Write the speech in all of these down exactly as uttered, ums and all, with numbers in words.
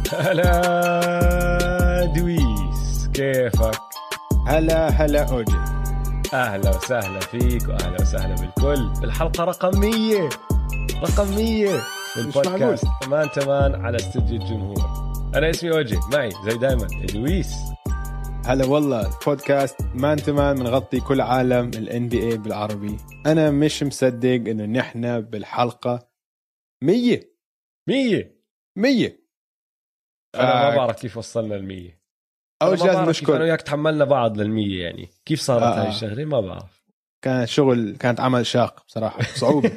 هلا دويس، كيفك؟ هلا هلا أوجي، أهلا وسهلا فيك وأهلا وسهلا بالكل بالحلقة رقم مية رقم مية بالبودكاست تمان تمان على استوديو الجمهور. أنا اسمي أوجي، معي زي دايما دويس. هلا والله، بودكاست مان تمان بنغطي كل عالم ال إن بي إيه بالعربي. أنا مش مصدق إنه نحن بالحلقة مية مية مية. أنا ما بعرف كيف وصلنا المية، أول شيء لازم نشكر أنا نشكر. وياك تحملنا بعض للمية، يعني كيف صارت آه. هاي الشغلة ما بعرف. كان شغل، كانت عمل شاق بصراحة، صعوبة.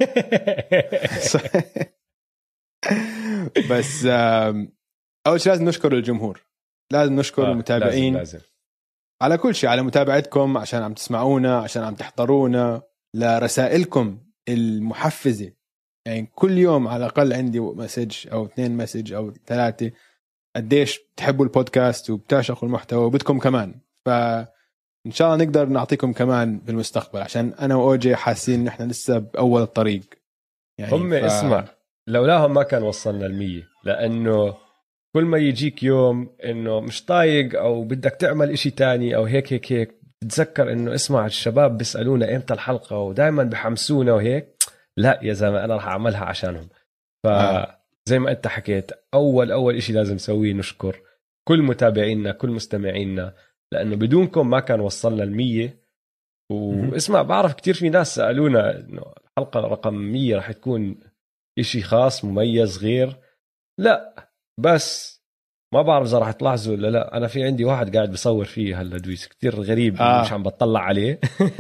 بس أول شيء لازم نشكر الجمهور، لازم نشكر آه. المتابعين لازم لازم. على كل شيء، على متابعتكم، عشان عم تسمعونا، عشان عم تحضرونا، لرسائلكم المحفزة. يعني كل يوم على الأقل عندي مسج أو اثنين مسج أو ثلاثة قديش تحبوا البودكاست وبتعشقوا المحتوى وبدكم كمان. فإن شاء الله نقدر نعطيكم كمان بالمستقبل، عشان أنا وأوجي حاسين إن إحنا لسه بأول الطريق. يعني هم ف... اسمع، لولاهم ما كان وصلنا المية، لأنه كل ما يجيك يوم إنه مش طايق أو بدك تعمل إشي تاني أو هيك هيك هيك، تتذكر إنه اسمع الشباب بيسألونا إمتى الحلقة ودائما بحمسونا وهيك. لا يا زلمة، أنا رح أعملها عشانهم. فزي ما أنت حكيت، أول أول إشي لازم نسويه نشكر كل متابعينا كل مستمعينا، لأنه بدونكم ما كان وصلنا المية. واسمع، بعرف كتير في ناس سألونا إنه الحلقة رقم مية رح تكون إشي خاص مميز غير. لا بس ما بعرف إذا رح تلاحظوا ولا لا، أنا في عندي واحد قاعد بصور فيه هلا دويس كتير غريب. آه. مش عم بطلع عليه.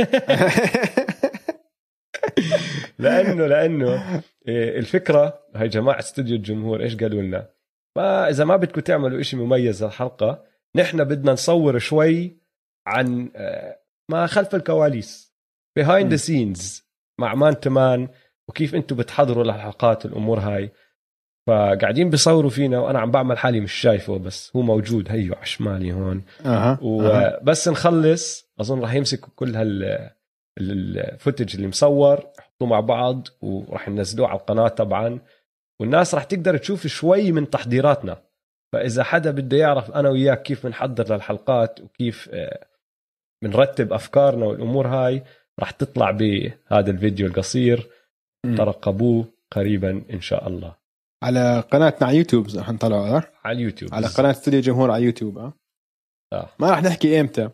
لأنه لأنه الفكرة هاي جماعة استوديو الجمهور إيش قالوا لنا؟ ما إذا ما بدكم تعملوا إشي مميز الحلقة، نحن بدنا نصور شوي عن ما خلف الكواليس، behind the scenes مع مان تمان، وكيف أنتوا بتحضروا الحلقات والأمور هاي. فقاعدين بيصوروا فينا وأنا عم بعمل حالي مش شايفه، بس هو موجود هيو عشمالي هون. أه. وبس نخلص أظن راح يمسكوا كل هال الفوتج اللي مصور، يحطوه مع بعض وراح ننزلوه على القناة طبعا، والناس راح تقدر تشوف شوي من تحضيراتنا. فإذا حدا بده يعرف أنا وياك كيف بنحضر للحلقات وكيف بنرتب أفكارنا والأمور هاي، راح تطلع بهذا الفيديو القصير. ترقبوه قريبا إن شاء الله على قناتنا على يوتيوب. راح نطلعه على اليوتيوب، على قناة استوديو الجمهور على يوتيوب. أه آه. ما راح نحكي إمتى،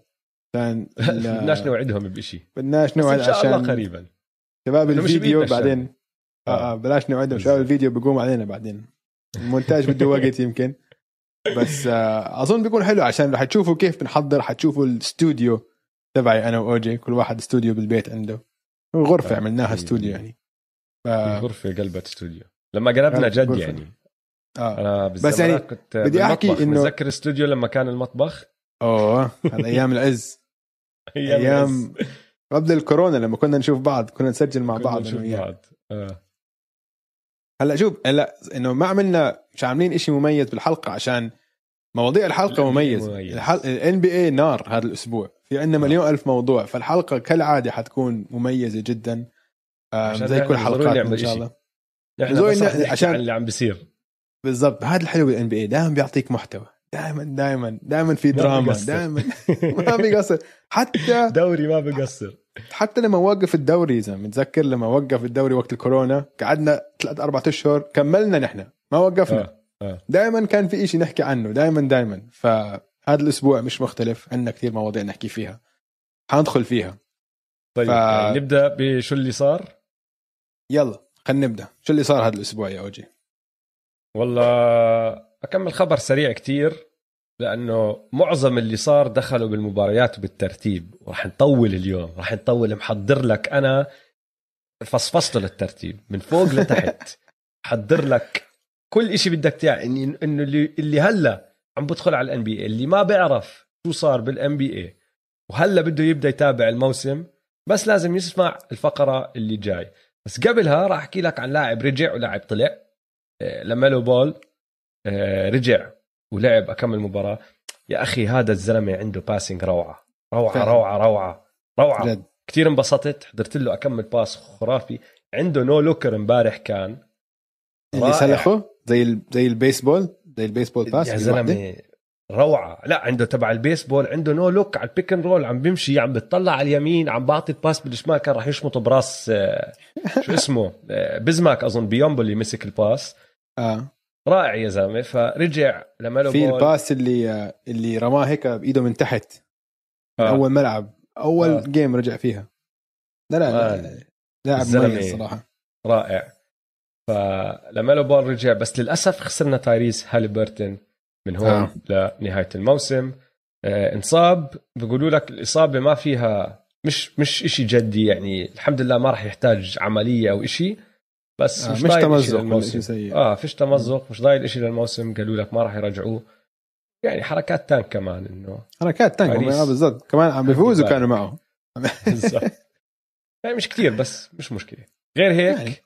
بدناش نوعدهم بشيء، بدناش نوعد عشان قريبا شباب الفيديو بعدين. آه. آه بلاش نوعدهم، شباب الفيديو بيقوم علينا بعدين، المونتاج بده وقت يمكن. بس آه أظن بيكون حلو، عشان رح تشوفوا كيف بنحضر، حتشوفوا الاستوديو تبعي أنا وأوجي، كل واحد استوديو بالبيت عنده، غرفة آه. عملناها استوديو يعني. ف... غرفة قلبت استوديو لما قربنا جد غرفة. يعني آه. أنا بس يعني كنت بدي أحكي إنه متذكر استوديو لما كان المطبخ. أوه هذا أيام العز. أيام, أيام قبل الكورونا لما كنا نشوف بعض، كنا نسجل مع بعض نشوف بعض. آه. هلا شوف، هلا إنه ما عملنا، مش عاملين إشي مميز بالحلقة عشان مواضيع الحلقة مميز. الحلقة ال إن بي إيه نار هذا الأسبوع، في عندنا مليون ألف موضوع، فالحلقة كالعادة حتكون مميزة جدا زي كل حلقات إن شاء الله. نحن عشان اللي عم بيصير بالضبط. هذا الحلو بالإن بي إيه، دائما بيعطيك محتوى، دائما دائما دائما في دراما، دائما ما بيقصر. حتى دوري ما بيقصر. حتى لما وقف الدوري، إذا متذكر لما وقف الدوري وقت الكورونا، قعدنا ثلاث أربعة أشهر كملنا، نحن ما وقفنا. آه. آه. دائما كان في إشي نحكي عنه، دائما دائما. فهذا الأسبوع مش مختلف، عندنا كثير مواضيع نحكي فيها، حندخل فيها. طيب ف... يعني نبدأ بشو اللي صار. يلا خلينا نبدأ. شو اللي صار هذا الأسبوع يا أوجي؟ والله أكمل خبر سريع كتير، لأنه معظم اللي صار دخلوا بالمباريات وبالترتيب، ورح نطول اليوم، رح نطول. محضر لك أنا فصفصته للترتيب من فوق لتحت. حضر لك كل إشي بدك تعرف، إنه إنه اللي اللي هلا عم بدخل على الان بي اي، اللي ما بيعرف شو صار بالان بي اي وهلا بده يبدا يتابع الموسم، بس لازم يسمع الفقره اللي جاي. بس قبلها راح احكي لك عن لاعب رجع ولاعب طلع. لما له بول رجع ولعب اكمل مباراه. يا اخي هذا الزلمه عنده باسنج روعه روعه روعه روعه روعه جد. كتير انبسطت، حضرت له اكمل باس خرافي. عنده نو لوكر امبارح كان اللي سلخه زي ال... زي البيسبول زي البيسبول باس يا زلمه روعه. لا عنده تبع البيسبول عنده نو لوك على البيك اند رول، عم بيمشي عم بتطلع على اليمين عم بعطي الباس بالشمال، كان راح يشمط براس شو اسمه بزماك اظن بيومبو اللي مسك الباس. اه رائع يا زلمه. فرجع لما له في الباس اللي اللي رماه هيك بايده من تحت من آه. اول ملعب اول آه. جيم رجع فيها. لا لا, لا. لاعب مميز صراحه رائع. فلما له بول رجع، بس للاسف خسرنا تايريس هاليبرتون من هون آه. لنهايه الموسم. آه انصاب. بيقولوا لك الاصابه ما فيها مش مش إشي جدي يعني، الحمد لله ما راح يحتاج عمليه او إشي، بس آه مش, مش ضايل تمزق للموسم. اه فيش تمزق، مش ضايل إشي للموسم. قالوا لك ما راح يرجعوه، يعني حركات تانك كمان انه حركات تانك آه بالضبط، كمان عم بيفوزوا كانوا معه بالضبط. يعني مش كتير بس مش مشكله. غير هيك يعني.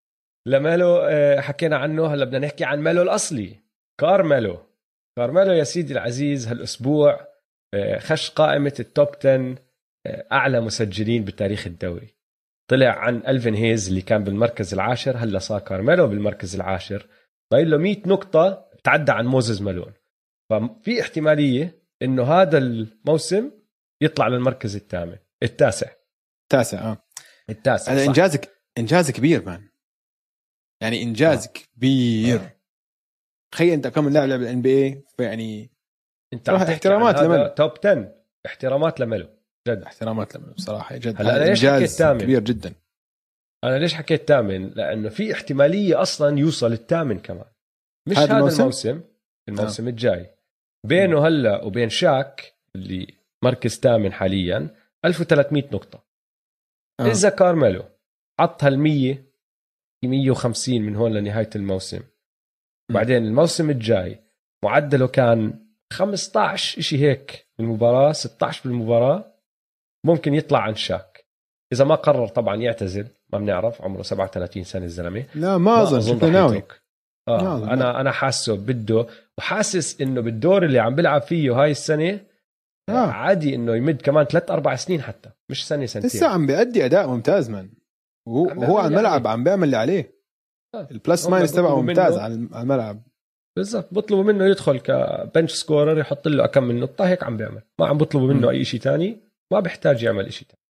لميلو حكينا عنه، هلا بدنا نحكي عن ميلو الاصلي كارميلو. كارميلو يا سيدي العزيز هالاسبوع خش قائمه التوب عشرة اعلى مسجلين بتاريخ الدوري. طلع عن ألفين هيز اللي كان بالمركز العاشر، هلا صار كارميلو بالمركز العاشر، ضايل له مية نقطه، تعدى عن موزز مالون. ففي احتماليه انه هذا الموسم يطلع للمركز الثامن التاسع التاسع اه التاسع. هذا انجاز انجاز كبير مان، يعني انجاز آه. كبير. آه. تخيل انت كم لاعب لعب الان بي اي، فيعني انت احترامات لميلو توب عشرة، احترامات لميلو جد، احترامات لميلو بصراحه جد. هلا انا ليش حكيت تامن كبير جدا؟ انا ليش حكيت تامن؟ لانه في احتماليه اصلا يوصل الثامن كمان، مش هذا الموسم الموسم, الموسم آه. الجاي. بينه هلا وبين شاك اللي مركز ثامن حاليا ألف وثلاثمية نقطه. آه. اذا كارميلو عطها المية مية وخمسين من هون لنهايه الموسم، بعدين الموسم الجاي معدله كان خمسة عشر إشي هيك بالمباراة، ستة عشر بالمباراة، ممكن يطلع عن شاك إذا ما قرر طبعا يعتزل. ما بنعرف، عمره سبعة وثلاثين سنة الزلمة. لا ما أظن شكله ناوي. آه أنا أنا حاسه بده، وحاسس إنه بالدور اللي عم بلعب فيه هاي السنة آه. عادي إنه يمد كمان ثلاث أربع سنين حتى، مش سنة سنتين. لسه عم بيأدي أداء ممتاز من وهو هو على الملعب عم بيعمل اللي عليه. آه. البلس ماينس تبعه ممتاز على الملعب. بالضبط، بطلبوا منه يدخل كبنش سكورر يحط له كم من نقطة هيك عم بيعمل، ما عم بطلبوا منه م. أي شيء تاني، ما بيحتاج يعمل شيء تاني.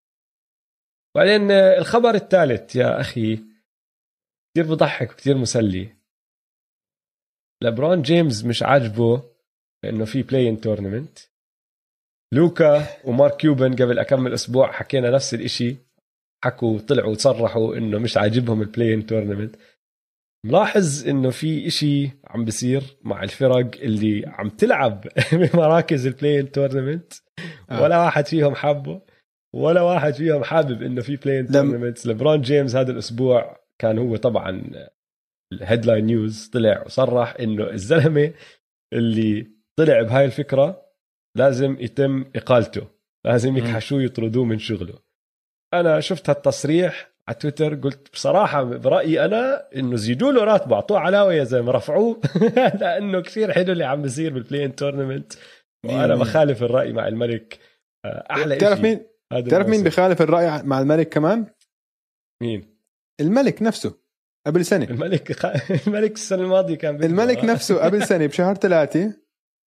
بعدين الخبر الثالث يا أخي كتير بضحك وكتير مسلي. لبرون جيمس مش عاجبه إنه في بلاين تورنمنت. لوكا ومارك كيوبن قبل أكمل أسبوع حكينا نفس الإشي، حكوا طلعوا وصرحوا إنه مش عاجبهم البلاين تورنمنت. ملاحظ إنه في إشي عم بيصير مع الفرق اللي عم تلعب بمراكز البلاين تورنمنت، ولا واحد فيهم حابه، ولا واحد فيهم حابب إنه في بلاين تورنمنت. لبرون جيمس هذا الأسبوع كان هو طبعا الهيدلاين نيوز، طلع وصرح إنه الزلمة اللي طلع بهاي الفكرة لازم يتم إقالته، لازم يكحشوه يطردوه من شغله. أنا شفت هالتصريح على تويتر، قلت بصراحة برأيي أنا إنه زيدوا له راتبه، أعطوه علاوة يا زلمة، رفعوه لأنه كثير حلو اللي عم بيصير بالبلاين تورنمنت. وأنا بخالف الرأي مع الملك. أحلى تعرف مين تعرف مين بخالف الرأي مع الملك كمان؟ مين؟ الملك نفسه قبل سنة. الملك خ... الملك السنة الماضية كان بيقول. الملك نفسه قبل سنة بشهر ثلاثة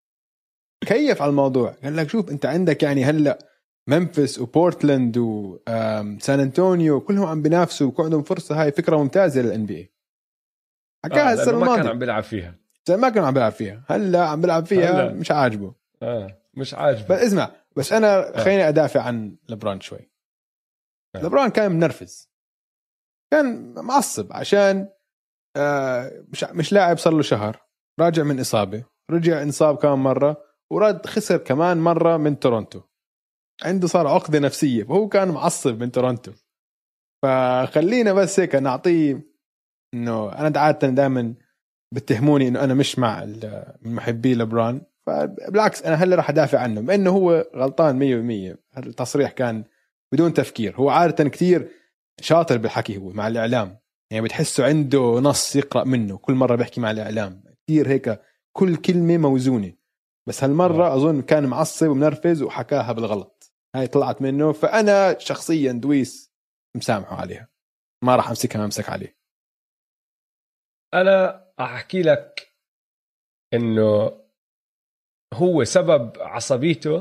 كيف على الموضوع، قال لك شوف أنت عندك يعني هلأ ممفيس وبورتلاند وسان أنطونيو كلهم عم بينافسوا وعندهم فرصة، هاي فكرة ممتازة للإن بي إيه. حكاها آه السنة الماضية ما كان عم بيلعب فيها، ما كان عم بيلعب فيها، هلا عم بيلعب فيها هلأ. مش عاجبه آه مش عاجبه. بس اسمع، بس أنا آه. خليني أدافع عن لبران شوي. آه. لبران كان منرفز، كان معصب عشان آه مش مش لاعب صار له شهر، راجع من إصابة، رجع انصاب كمان مرة، ورد خسر كمان مرة من تورونتو، عنده صار عقدة نفسية، وهو كان معصب من تورونتو. فخلينا بس هيك نعطيه انه انا عادة دائما بتهموني انه انا مش مع محبي لبران، فبالعكس انا هلا راح ادافع عنه، بما انه هو غلطان مية بالمية. التصريح كان بدون تفكير. هو عادة كتير شاطر بالحكي هو مع الاعلام، يعني بتحسه عنده نص يقرأ منه كل مرة بيحكي مع الاعلام، كتير هيك كل كلمة موزونة. بس هالمرة اظن كان معصب ومنرفز وحكاها بالغلط، هاي طلعت منه. فانا شخصيا دويس مسامحه عليها، ما راح امسكها امسك عليه. انا احكي لك انه هو سبب عصبيته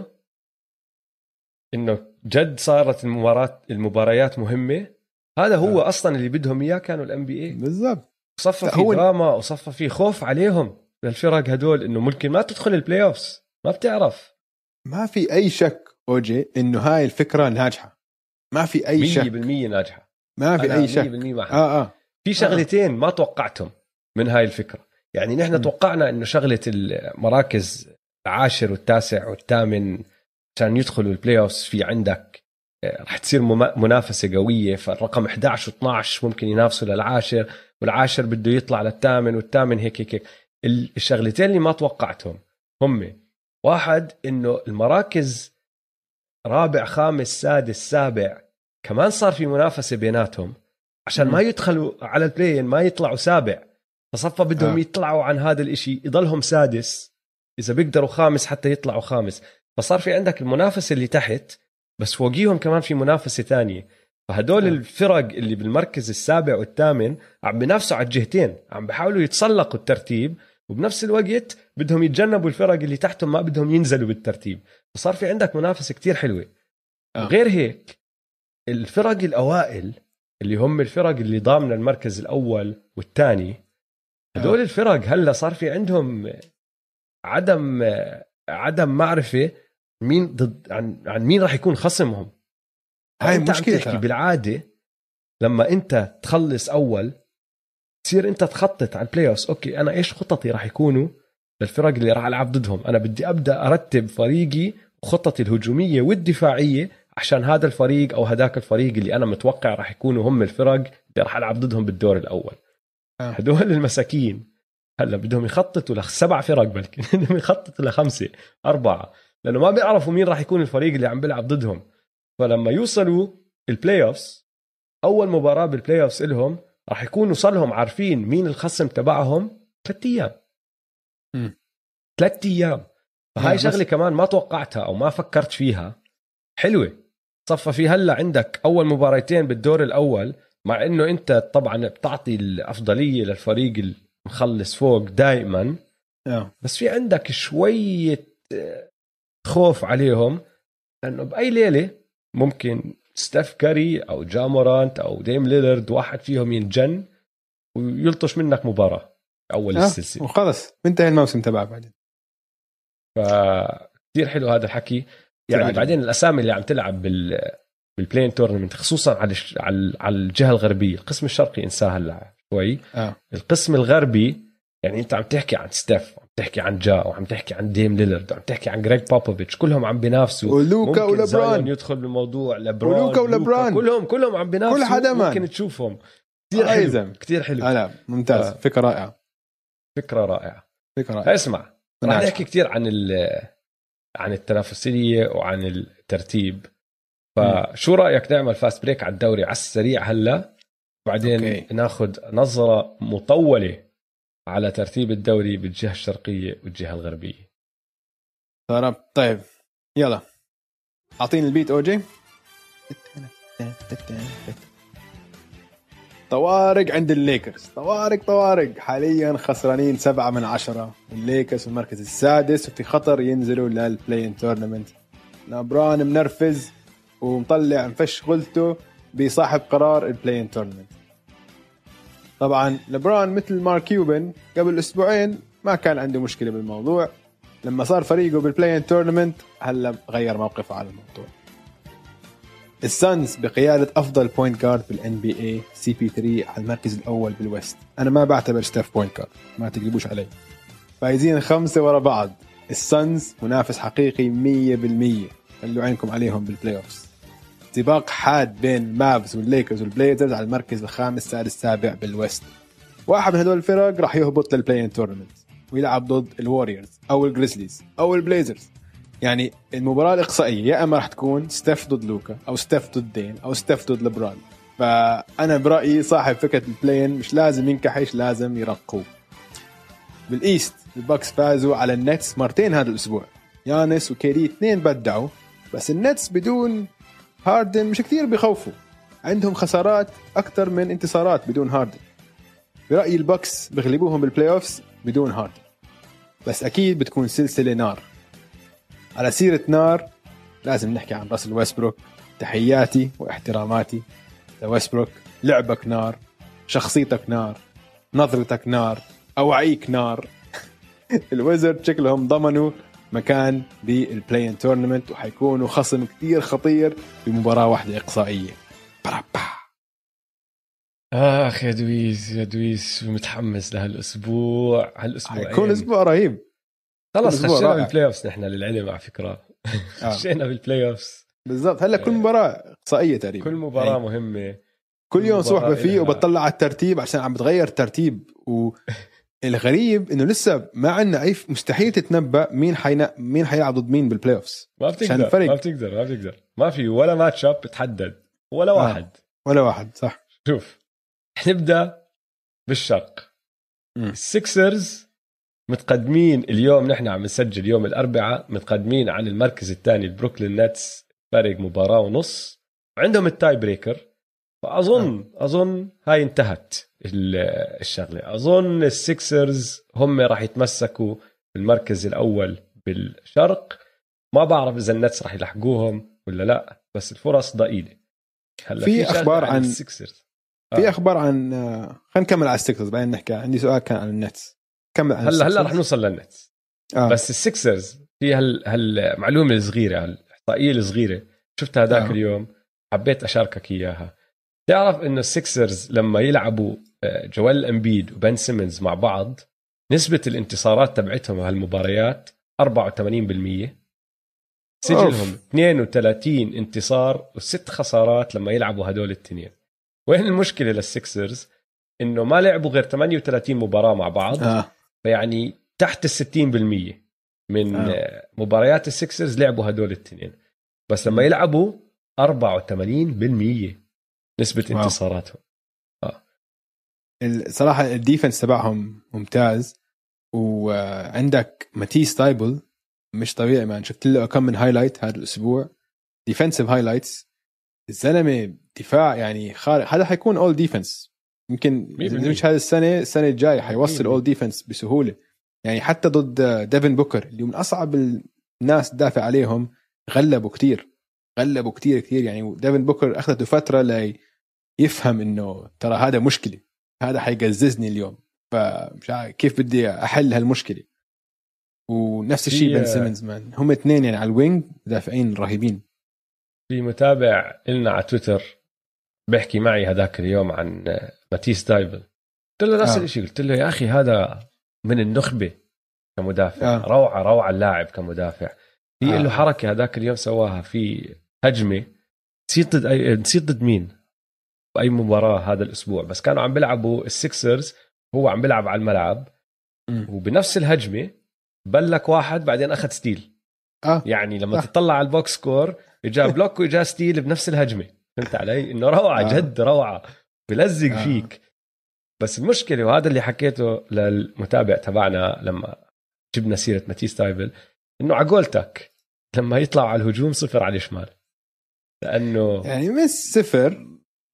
انه جد صارت المباريات المباريات مهمه. هذا هو آه. اصلا اللي بدهم اياه كانوا الام بي اي بالضبط. صفى في دراما وصفى في خوف عليهم للفرق هدول انه ممكن ما تدخل البلاي اوفز. ما بتعرف. ما في اي شك اوجي انه هاي الفكره ناجحه. ما في اي شك مية بالمية ناجحه. ما في اي شك. اه اه في شغلتين آه. ما توقعتهم من هاي الفكره. يعني نحن م. توقعنا انه شغله المراكز العاشر والتاسع والثامن عشان يدخلوا البلاي اوفز في عندك رح تصير منافسه قويه. فالرقم إحدى عشر و12 ممكن ينافسوا للعاشر والعاشر بده يطلع للثامن والثامن هيك هيك. الشغلتين اللي ما توقعتهم هم واحد انه المراكز رابع خامس سادس سابع كمان صار في منافسه بيناتهم عشان م. ما يدخلوا على البلاين ما يطلعوا سابع. فصفى بدهم آه. يطلعوا عن هذا الاشي يضلهم سادس اذا بيقدروا خامس حتى يطلعوا خامس. فصار في عندك المنافسه اللي تحت بس فوقيهم كمان في منافسه تانية. فهدول آه. الفرق اللي بالمركز السابع والثامن عم بينافسوا على الجهتين عم بيحاولوا يتسلقوا الترتيب وبنفس الوقت بدهم يتجنبوا الفرق اللي تحتهم ما بدهم ينزلوا بالترتيب. فصار في عندك منافسه كتير حلوه. آه. غير هيك الفرق الأوائل اللي هم الفرق اللي ضامنة المركز الأول والثاني هدول الفرق هلا صار في عندهم عدم عدم معرفة مين ضد عن عن مين راح يكون خصمهم. هاي مشكلة. بالعادة لما أنت تخلص أول تصير أنت تخطط على البلاي أوفز. أوكي أنا إيش خططي راح يكونوا للفرق اللي راح ألعب ضدهم. أنا بدي أبدأ أرتب فريقي وخطتي الهجومية والدفاعية عشان هذا الفريق أو هداك الفريق اللي أنا متوقع راح يكونوا هم الفرق اللي راح ألعب ضدهم بالدور الأول. آه. هدول المساكين هلا بدهم يخططوا لسبع فرق بلكن بدهم يخططوا لخمسة أربعة لأنه ما بيعرفوا مين راح يكون الفريق اللي عم بيلعب ضدهم. فلما يوصلوا البلاي أوفز أول مباراة بالبلاي أوفز إلهم راح يكونوا صلهم عارفين مين الخصم تبعهم ثلاثة أيام ثلاثة أيام. فهاي شغلة كمان ما توقعتها أو ما فكرت فيها. حلوة. صفى في هلا عندك أول مباراتين بالدور الأول مع إنه أنت طبعا بتعطي الأفضلية للفريق المخلص فوق دائما أوه. بس في عندك شوية خوف عليهم لأنه بأي ليلة ممكن ستيف كاري أو جامورانت أو ديم ليلرد واحد فيهم ينجن ويلطش منك مباراة أول أه. السلسلة وخلص انتهى الموسم تبعك بعدين. فكتير حلو هذا الحكي. يعني بعدين الأسامي اللي عم تلعب بال بالبلاين تورنمنت خصوصا على على الجهة الغربية. القسم الشرقي انساها هلا شوي. آه. القسم الغربي يعني انت عم تحكي عن ستيف وعم تحكي عن جا وعم تحكي عن ديم ليلرد وعم تحكي عن غريج بوبوفيتش كلهم عم بينافسوا. ولوكا ولبران يدخل بالموضوع لبران ولوكا ولبران كلهم كلهم عم بينافسوا. كل حدا ممكن تشوفهم كتير حلو كتير حلو. لا ممتاز. آه. فكرة رائعة فكرة رائعة فكرة رائعة. اسمع رح نحكي كتير عن عن التنافسية وعن الترتيب. فشو رأيك نعمل فاست بريك على الدوري على السريع هلا بعدين أوكي. ناخد نظرة مطولة على ترتيب الدوري بالجهة الشرقية والجهة الغربية. طيب يلا أعطيني البيت أوجي. طوارق عند الليكرز. طوارق طوارق حاليا خسرانين سبعة من عشرة. الليكرز في المركز السادس وفي خطر ينزلوا للبلاين تورنمنت. لبران منرفز ومطلع مفش غلته بصاحب قرار البلاين تورنمنت. طبعا لبران مثل مارك كيوبن قبل أسبوعين ما كان عنده مشكلة بالموضوع. لما صار فريقه بالبلاين تورنمنت هلا غير موقفه على الموضوع. السانز بقيادة أفضل بوينت جارد بالإن بي إيه سي بي ثري على المركز الأول بالويست. أنا ما بعتبر ستيف بوينت جارد ما تقلبوش علي. فايزين خمسة ورا بعض. السانز منافس حقيقي مية بالمية. خلوا عينكم عليهم بالبلاي أوفز. سباق حاد بين مافز والليكرز والبليزرز على المركز الخامس السادس السابع بالويست. واحد من هدول الفرق راح يهبط للبلاين تورنمنت ويلعب ضد الواريورز أو الجريزليز أو البليزرز. يعني المباراة الإقصائية يا أما راح تكون ستيف ضد لوكا أو ستيف ضد دين أو ستيف ضد لبران. فأنا برأيي صاحب فكرة البلاين مش لازم ينكحش لازم يرقوا. بالإيست الباكس فازوا على النتس مرتين هذا الأسبوع. يانس وكيري اثنين بدعوا بس النتس بدون هاردن مش كتير بيخوفوا. عندهم خسارات أكتر من انتصارات بدون هاردن. برأيي الباكس بيغلبوهم بالبلاي أوفز بدون هاردن. بس اكيد بتكون سلسله نار. على سيره نار لازم نحكي عن راسل ويستبروك. تحياتي واحتراماتي لويستبروك، لعبك نار، شخصيتك نار، نظرتك نار، اوعيك نار. الويزرد شكلهم ضمنوا مكان بالبلاي-ان تورنمنت، وحيكونوا خصم كتير خطير بمباراة واحدة إقصائية. برابا. آخ يا دويس يا دويس متحمس لهالأسبوع. هالأسبوع حيكون أسبوع رهيب. خلص خشينا بالبلاي أوفس نحن للعلم على فكرة. آه. خشينا بالبلاي أوفس بالضبط. هلا كل مباراة إقصائية تقريبا، كل مباراة يعني مهمة، كل يوم صبح بفيه وبطلع على الترتيب عشان عم بتغير ترتيب. والغريب إنه لسه ما عنا أي، مستحيل تتنبأ مين حينا مين حيلعب ضد مين بالبلاي أوفس. ما بتقدر ما بتقدر ما بتقدر ما في ولا ماتش اب بتحدد ولا آه. واحد ولا واحد صح. شوف نبدأ بالشرق. م. السيكسرز متقدمين اليوم، نحن عم نسجل يوم الأربعاء، متقدمين عن المركز الثاني البروكلين نتس فرق مباراة ونص، عندهم التاي بريكر. فأظن آه. أظن هاي انتهت الشغلة. أظن السيكسرز هم راح يتمسكوا بالمركز الأول بالشرق. ما بعرف إذا النتس راح يلحقوهم ولا لا، بس الفرص ضئيلة. هلا في, في أخبار عن, عن السيكسرز. آه. في أخبار عن خلينا نكمل على السيكسرز بعدين نحكي. عندي سؤال كان عن النتس. كمل عن هلا هلا رح نوصل للنتس. آه. بس السيكسرز في هال هالمعلومة الصغيرة، هالإحصائية الصغيرة شفتها هذاك آه. اليوم، حبيت أشاركك إياها. تعرف إنه السيكسرز لما يلعبوا جوال أمبيد وبن سيمنز مع بعض، نسبة الانتصارات تبعتهم هالمباريات أربعة وثمانين بالمية. سجلهم أوف. اثنين وثلاثين انتصار وست خسارات لما يلعبوا هدول التنين. وين المشكلة للسيكسرز؟ إنه ما لعبوا غير ثمانية وثلاثين مباراة مع بعض. آه. فيعني تحت الستين بالمية من آه. مباريات السيكسرز لعبوا هدول التنين، بس لما يلعبوا أربعة وثمانين بالمية نسبة واو. انتصاراتهم. آه. الصراحة الديفنس تبعهم ممتاز، وعندك ماتيس تايبل مش طبيعي. ما شفت له كم من هايلايت هذا الأسبوع، ديفنسيف هايلايتس. الزلمة دفاع يعني خارق. هذا حيكون أول ديفنس يمكن مش هذا السنة، السنة الجاي حيوصل أول ديفنس بسهولة. يعني حتى ضد ديفن بوكر اللي من أصعب الناس دافع عليهم، غلبوا كتير غلبوا كتير كتير. يعني ديفن بوكر أخذته فترة لي يفهم إنه ترى هذا مشكلة، هذا حيقززني اليوم، فمش عارف كيف بدي أحل هالمشكلة. ونفس الشيء بن سيمنز مان، هم اثنين يعني على الوينج دافعين رهيبين. في متابع لنا على تويتر بيحكي معي هذاك اليوم عن ماتيس دايبل، قلت له نفس آه. الشيء، قلت له يا أخي هذا من النخبة كمدافع. آه. روعة روعة اللاعب كمدافع. في آه. له حركة هذاك اليوم سواها في هجمة، نسيت ضد أي... نسيت ضد مين بأي مباراة هذا الأسبوع، بس كانوا عم بيلعبوا السيكسرز، هو عم بيلعب على الملعب م. وبنفس الهجمة بلك واحد بعدين أخذ ستيل. آه. يعني لما آه. تطلع على البوكس سكور إجا بلوك وإجا ستيل بنفس الهجمة. فهمت علي؟ إنه روعة آه. جد روعة، بلزق آه. فيك. بس المشكلة، وهذا اللي حكيته للمتابع تبعنا لما جبنا سيرة ماتيس تايبل، إنه عقولتك لما يطلع على الهجوم صفر على الشمال، لأنه يعني مش صفر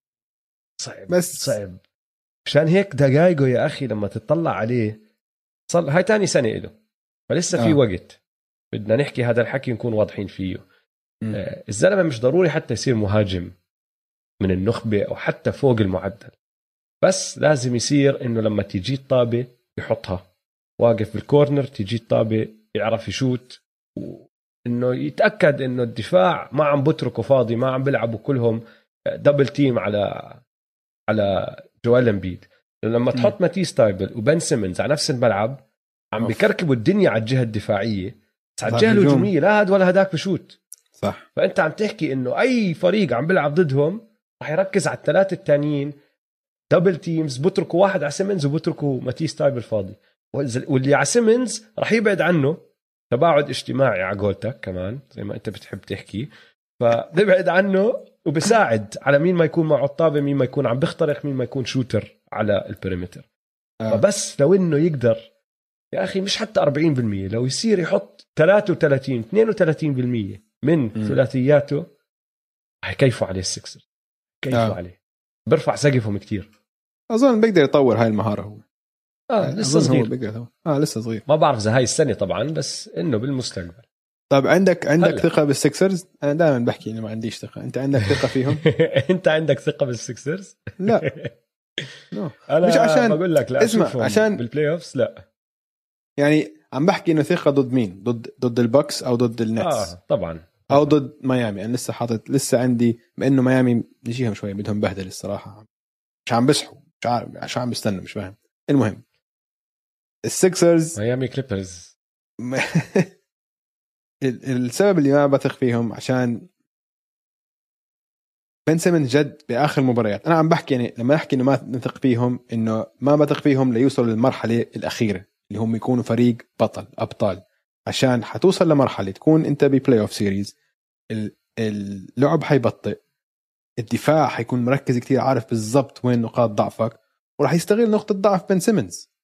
صعب بس صعب. مشان هيك دقايقه يا أخي لما تطلع عليه، صار هاي تاني سنة إله، فلسه آه. في وقت بدنا نحكي هذا الحكي نكون واضحين فيه. آه الزلمة مش ضروري حتى يصير مهاجم من النخبة أو حتى فوق المعدل، بس لازم يصير إنه لما تيجي الطابة يحطها، واقف بالكورنر تيجي الطابة يعرف يشوت، وإنه يتأكد إنه الدفاع ما عم بتركوا فاضي، ما عم بيلعبوا كلهم دبل تيم على على جوال امبيد. لما م. تحط ماتيس تايبل وبن سيمنز على نفس الملعب عم بيكركبوا الدنيا على الجهة الدفاعية، على الجهة الهجومية لا هاد ولا هداك بشوت. صح. فأنت عم تحكي إنه أي فريق عم بيلعب ضدهم راح يركز على الثلاثة التانيين دبل تيمز، بتركوا واحد على سيمنز وبتركوا ماتيس تايبل فاضي، واللي على سيمنز راح يبعد عنه تباعد اجتماعي على قولتك كمان زي ما أنت بتحب تحكي، فبيبعد عنه وبساعد على مين ما يكون معه الطابة، مين ما يكون عم بيخترق، مين ما يكون شوتر على البريمتر. آه. فبس لو إنه يقدر يا أخي مش حتى أربعين بالمية، لو يصير يحط ثلاثة وثلاثين اثنين وثلاثين بالمية من م. ثلاثياته هيكيفوا عليه السكسر، كيفوا آه. عليه، برفع سقفهم كتير. أظن بيقدر يطور هاي المهارة هو. اه لسه صغير اه لسه صغير. ما بعرف اذا هاي السنه طبعا، بس انه بالمستقبل. طيب عندك عندك هلأ. ثقه بالسكسرز؟ انا دائما بحكي اني ما عنديش ثقه. انت عندك ثقه فيهم؟ انت عندك ثقه بالسكسرز؟ لا no. انا مش عشان بقول لك لا اشوفهم عشان بالبلاي اوفز لا، يعني عم بحكي انه ثقه ضد مين؟ ضد ضد البوكس او ضد النتس؟ اه طبعا او ضد ميامي. انا لسه حاطط لسه عندي بانه ميامي نجيهم شويه بدهم بهدل الصراحه، مش عم بصحوا، مش عارف شو عم بيستنوا، مش فاهم. المهم السكسرز ميامي كليبرز السبب اللي ما بثق فيهم عشان بن سيمنز جد باخر مباريات. انا عم بحكي يعني لما احكي انه ما نثق فيهم، انه ما بثق فيهم ليوصلوا للمرحله الاخيره اللي هم يكونوا فريق بطل ابطال. عشان حتوصل لمرحله تكون انت ببلاي اوف سيريز، اللعب حيبطئ، الدفاع حيكون مركز كتير، عارف بالضبط وين نقاط ضعفك، وراح يستغل نقطه ضعف بن سيمنز.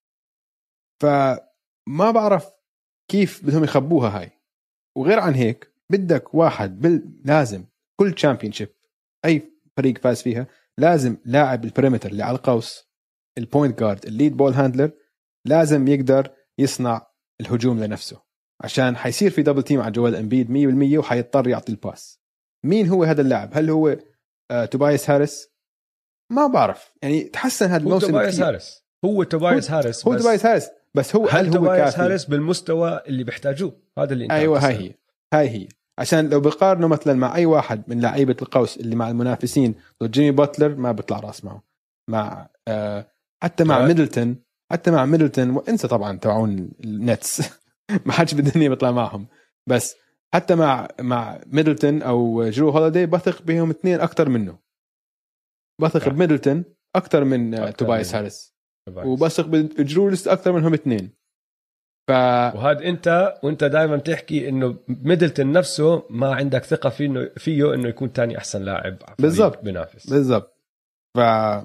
فما بعرف كيف بدهم يخبوها هاي. وغير عن هيك بدك واحد بال... لازم كل تشامبيونشيب اي فريق فاز فيها لازم لاعب البريمتر اللي على القوس، البوينت جارد، الليد بول هاندلر، لازم يقدر يصنع الهجوم لنفسه، عشان حيصير في دبل تيم على جوال امبيد مية بالمية وحيضطر يعطي الباس. مين هو هذا اللاعب؟ هل هو آه توبايس هاريس؟ ما بعرف، يعني تحسن هذا الموسم توبايس كتير. هاريس هو توبايس هاريس هو توبايس هاريس بس هو هل, هل هو توبايس كافي؟ هاريس بالمستوى اللي بيحتاجوه؟ هذا اللي انت ايوه هاي هي هاي هي عشان لو بقارنوا مثلا مع اي واحد من لعيبه القوس اللي مع المنافسين ضد جيمي باتلر ما بيطلع راس معه، مع آه حتى مع ميدلتون حتى مع ميدلتون وانسى طبعا تبعون النتس ما حدش بالدنيا بيطلع معهم، بس حتى مع مع ميدلتون او جو هوليدي بثق بهم اثنين اكثر منه. بثق بميدلتون اكثر من آه توبايس هاريس، وبثق بجرولس اكثر منهم اثنين. ف... وهذا انت وانت دائما تحكي انه ميدلتون نفسه ما عندك ثقه فيه انه فيه انه يكون تاني احسن لاعب بالضبط بينافس. بالضبط. ف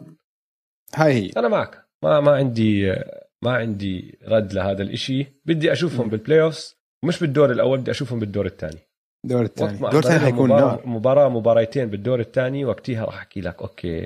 هاي هي انا معك، ما ما عندي ما عندي رد لهذا الاشي. بدي اشوفهم بالبلاي اوفز، مش بالدور الاول، بدي اشوفهم بالدور الثاني. الدور الثاني الدور الثاني حيكون مباراة, نار. مباراه مباراتين بالدور الثاني، وقتها راح احكي لك اوكي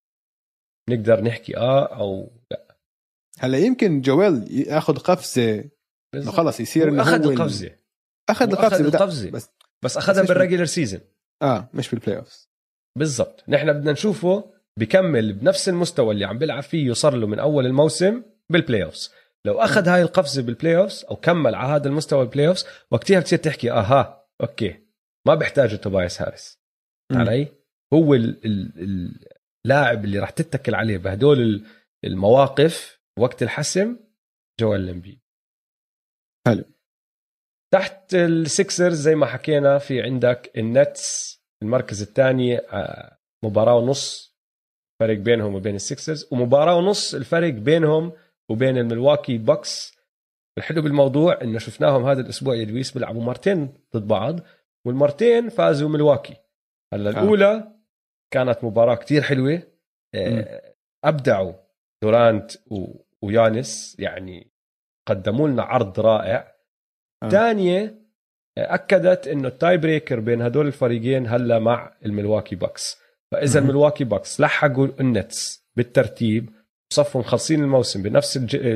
نقدر نحكي اه او لا. هلا يمكن جويل ياخذ قفزه انه خلص يصير انه اخذ هو القفزه اخذ القفزه, القفزة. بس بس اخذها بالريجولر سيزون اه مش بالبلاي اوفز. بالضبط. نحن بدنا نشوفه بكمل بنفس المستوى اللي عم بيلعب فيه صار له من اول الموسم بالبلاي اوفز. لو اخذ هاي القفزه بالبلاي اوفز او كمل على هذا المستوى بالبلاي اوفز، وقتها بتصير تحكي اها اوكي ما بيحتاج توبايس هاريس علي. هو ال ال اللاعب اللي راح تتكل عليه بهدول المواقف وقت الحسم، جوال امبيد. حلو. تحت السكسرز زي ما حكينا في عندك النتس المركز الثاني، مباراة ونص فرق بينهم وبين السكسرز، ومباراة ونص الفرق بينهم وبين الملواكي بوكس. الحلو بالموضوع انه شفناهم هذا الاسبوع يا دويس بيلعبوا مرتين ضد بعض، والمرتين فازوا ملواكي. هلا الاولى كانت مباراة كتير حلوة، ابدعوا دورانت ويانس، يعني قدموا لنا عرض رائع. ثانية أكدت إنه التاي بريكر بين هدول الفريقين هلا مع الملواكي بوكس. فإذا الملواكي بوكس لحقوا النتس بالترتيب وصفوا مخلصين الموسم بنفس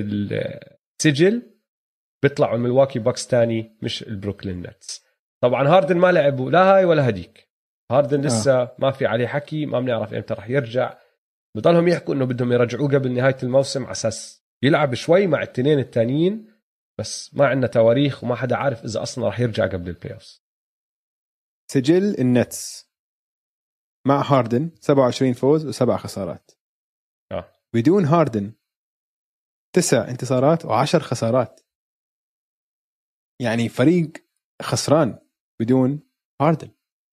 السجل، بيطلعوا الملواكي بوكس تاني مش البروكلين نتس. طبعا هاردن ما لعبوا لا هاي ولا هديك، هاردن لسه آه. ما في عليه حكي، ما بنعرف إمتى رح يرجع. بضلهم يحكوا إنه بدهم يرجعوه قبل نهاية الموسم على أساس يلعب شوي مع التنين التانيين، بس ما عندنا تواريخ وما حدا عارف إذا أصلا رح يرجع قبل البلاي أوفز. سجل النتس مع هاردن سبعة وعشرين فوز وسبع خسارات. آه. بدون هاردن تسع انتصارات وعشر خسارات، يعني فريق خسران بدون هاردن.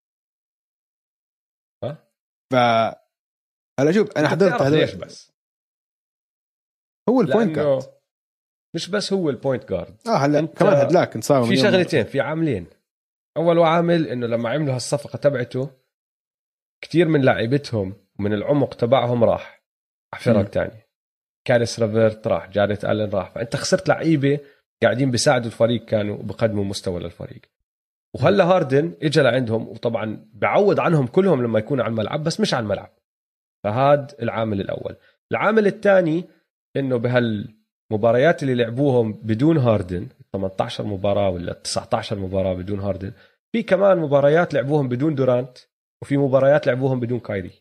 آه. ف هلا شوف أنا حضرت هذا ليش بس هو البوينت جارد، مش بس هو البوينت جارد. اه هلا كمان هدلاك انصاب في شغلتين، في عاملين. اول عامل انه لما عملوا هالصفقه تبعته كتير من لاعبتهم ومن العمق تبعهم راح على فرق تانية. كاريس رافيرت راح، جاريت آلن راح، فانت خسرت لعيبه قاعدين بيساعدوا الفريق كانوا بقدموا مستوى للفريق. وهلا هاردن اجى لعندهم وطبعا بعوض عنهم كلهم لما يكونوا على الملعب بس مش على الملعب. فهاد العامل الاول. العامل الثاني انه بهال مباريات اللي لعبوهم بدون هاردن ثمانية عشر مباراة ولا تسعة عشر مباراة بدون هاردن، في كمان مباريات لعبوهم بدون دورانت، وفي مباريات لعبوهم بدون كايري.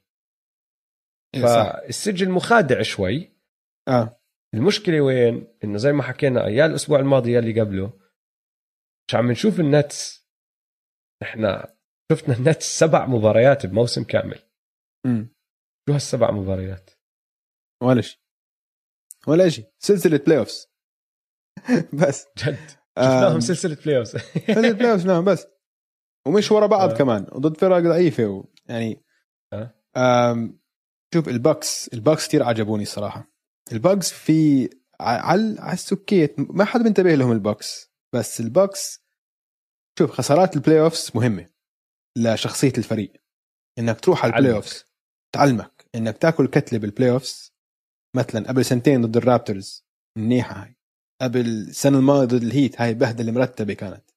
فالسجل مخادع شوي. اه المشكلة وين؟ انه زي ما حكينا يا الاسبوع الماضي يا اللي قبله، مش عم نشوف النتس. احنا شفنا النتس سبع مباريات بموسم كامل. امم شو هالسبع مباريات؟ ولا شيء ولا شيء، سلسلة بلاي اوفز بس جد شفناهم سلسلة بلاي اوفز سلسلة بلاي اوفز نعم، بس ومش ورا بعض آه. كمان وضد فرق ضعيفة و... يعني آه. آم... شوف الباكس الباكس كتير عجبوني الصراحة. الباكس في على على السكيت ما حد بينتبه لهم الباكس، بس الباكس شوف خسارات البلاي اوفز مهمة لشخصية الفريق، انك تروح على البلاي اوفز تعلمك انك تاكل كتلة بالبلاي اوفز. مثلا قبل سنتين ضد الرابترز منيحة هاي، قبل السنة الماضية ضد الهيت هاي بهدلة مرتبة كانت.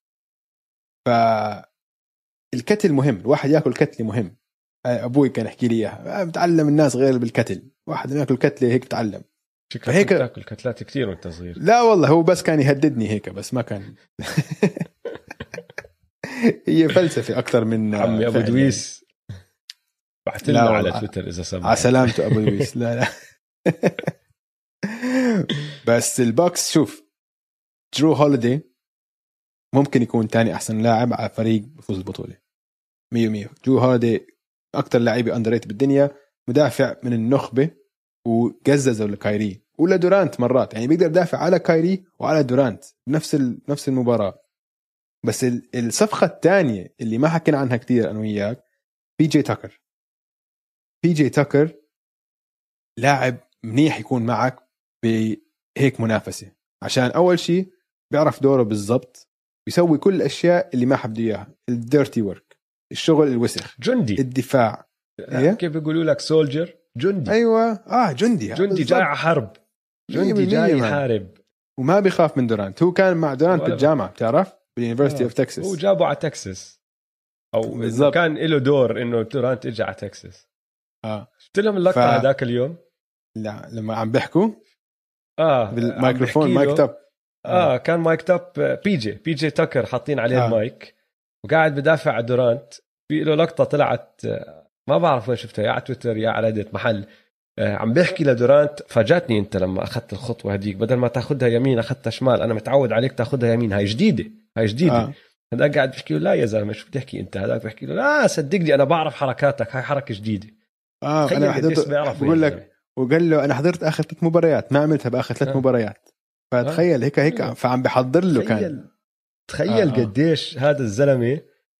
فالكتل مهم، الواحد ياكل كتلة مهم. أبوي كان يحكي لي إياها، بتعلم الناس غير بالكتل، واحد ياكل كتلة هيك بتعلم. فهيك تاكل كتلات كتير وانت صغير؟ لا والله هو بس كان يهددني هيك، بس ما كان هي فلسفة أكثر من عمي أبو دويس يعني. بعتلنا على تويتر إذا سمع على سلامته أبو دويس. لا لا بس البوكس شوف درو هوليدي ممكن يكون تاني أحسن لاعب على فريق بفوز البطولة مية مية. درو هوليدي أكتر لاعب أندريت بالدنيا، مدافع من النخبة، وجززوا لكايري ولا دورانت مرات، يعني بيقدر يدافع على كايري وعلى دورانت بنفس نفس المباراة. بس الصفقة الثانية اللي ما حكينا عنها كتير أنا وياك، بي جي تاكر. بي جي تاكر لاعب منيح يكون معك بهيك منافسة، عشان أول شيء بيعرف دوره بالضبط، بيسوي كل الأشياء اللي ما حبده إياها، الديرتي ورك، الشغل الوسخ، جندي، الدفاع. إيه؟ كيف بيقولوا لك سولجر، جندي. أيوة آه جندي جندي جاي على حرب، جندي جاي يحارب، وما بيخاف من دورانت. هو كان مع دورانت بالجامعة بتعرف باليونيفرسيتي اوف تكساس، هو جابه على تكساس، او بالزبط. كان له دور انه دورانت اجى على تكساس. اه شفت لهم اللقطه هذاك ف... اليوم لا لما عم بيحكوا اه بالميكروفون مايك توب اه, آه كان مايك توب بي جي بي جي تاكر حاطين عليه آه. المايك وقاعد بدافع على دورانت. في له لقطه طلعت ما بعرف وين شفتها، يا على تويتر يا على ريدت محل، آه عم بيحكي لدورانت فاجاتني انت لما اخذت الخطوه هديك، بدل ما تاخذها يمين اخذتها شمال، انا متعود عليك تاخذها يمين، هاي جديده هاي جديده. آه. هذا قاعد بيحكي له لا يا زلمه شو بتحكي انت، هذاك بيحكي له لا صدقني انا بعرف حركاتك، هاي حركه جديده. اه انا حضرت بقول لك، وقال له انا حضرت اخر ثلاث مباريات ما عملتها باخر ثلاث آه. مباريات. فتخيل هيك هيك آه. فعم بحضر له تخيل. كان تخيل آه. قديش هذا الزلمه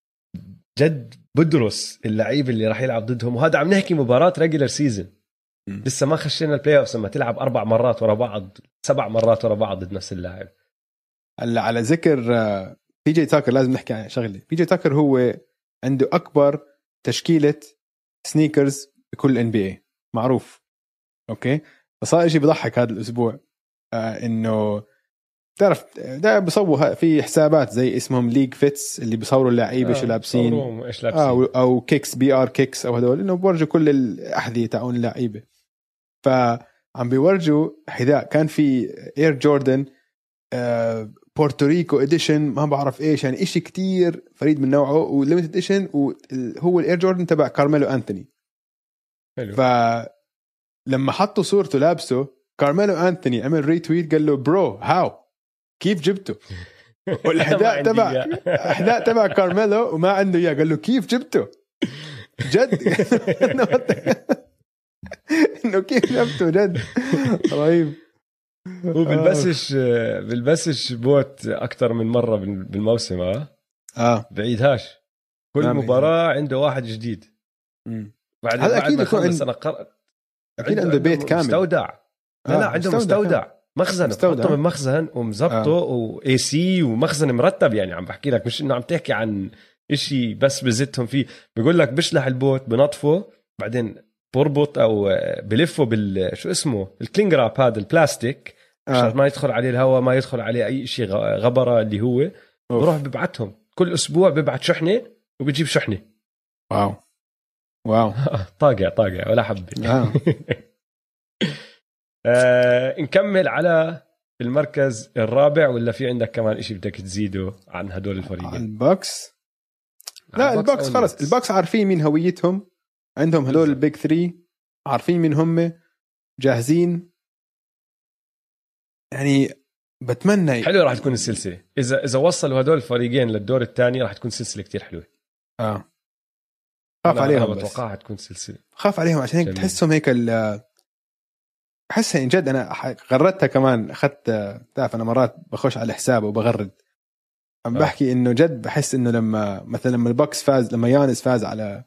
جد بدرس اللعيبه اللي راح يلعب ضدهم، وهذا عم نحكي مباراه ريجولر سيزون، لسه ما خشينا البلاي اوف، لما تلعب اربع مرات ورا بعض، سبع مرات ورا بعض ضد نفس اللاعب. هلا على ذكر بي جي تاكر لازم نحكي عن شغله. بي جي تاكر هو عنده اكبر تشكيله سنيكرز بكل ان بي اي معروف، اوكي. فصار شيء بضحك هذا الاسبوع، آه انه تعرف ده بيصوروا في حسابات زي اسمهم ليج فيتس اللي بيصوروا اللعيبه آه شو لابسين، آه او كيكس بي ار كيكس او هذول، انه بورجوا كل الاحذيه تاعون اللعيبه. فعم بيورجوا حذاء كان في اير جوردن آه بورتوريكو اديشن ما بعرف ايش، يعني اشي كتير فريد من نوعه وليميتد اديشن، وهو الاير جوردن تبع كارميلو انثوني. حلو. فلما حطوا صورته لابسه كارميلو انثوني عمل ريتويت قال له برو هاو كيف جبته، والحذاء تبع حذاء تبع كارميلو وما عنده اياه، قال له كيف جبته جد انه كيف جبته جد رهيب. هو بلبسش بلبسش بوت اكثر من مره بالموسم، اه اه بعيدهاش، كل مباراه عنده واحد جديد. بعد هذا اكيد يكون عند... انا قر... اكيد عنده بيت كامل مستودع. لا لا آه. عنده مستودع, مستودع. مخزن مستودع من مخزن ومزبطه آه. واي سي ومخزن مرتب، يعني عم بحكي لك مش انه عم تحكي عن إشي بس بزتهم فيه. بيقول لك بشلح البوت بنطفه بعدين بربط او بلفه بال شو اسمه الكلينج راب هذا البلاستيك عشان آه. ما يدخل عليه الهواء، ما يدخل عليه اي شيء غبره اللي هو بروح ببعتهم كل اسبوع، ببعت شحنه وبيجيب شحنه. واو واو طاقع طاقع ولا حبه. آه. آه نكمل على المركز الرابع ولا في عندك كمان إشي بدك تزيده عن هدول الفريقين؟ البوكس لا البوكس خلص البوكس عارفين مين هويتهم عندهم هدول البيج ثري عارفين مين هم جاهزين يعني بتمنى حلو راح تكون السلسلة إذا إذا وصلوا هدول الفريقين للدور الثاني راح تكون سلسلة كتير حلوة. اه خاف عليهم أنا بتوقعها تكون سلسلة خاف عليهم عشان هيك تحسهم هيك ال أحسها إن جد أنا غردتها كمان أخذت تعرف أنا مرات بخش على حسابه وبغرد عم بحكي إنه جد بحس إنه لما مثلا لما البوكس فاز لما يانس فاز على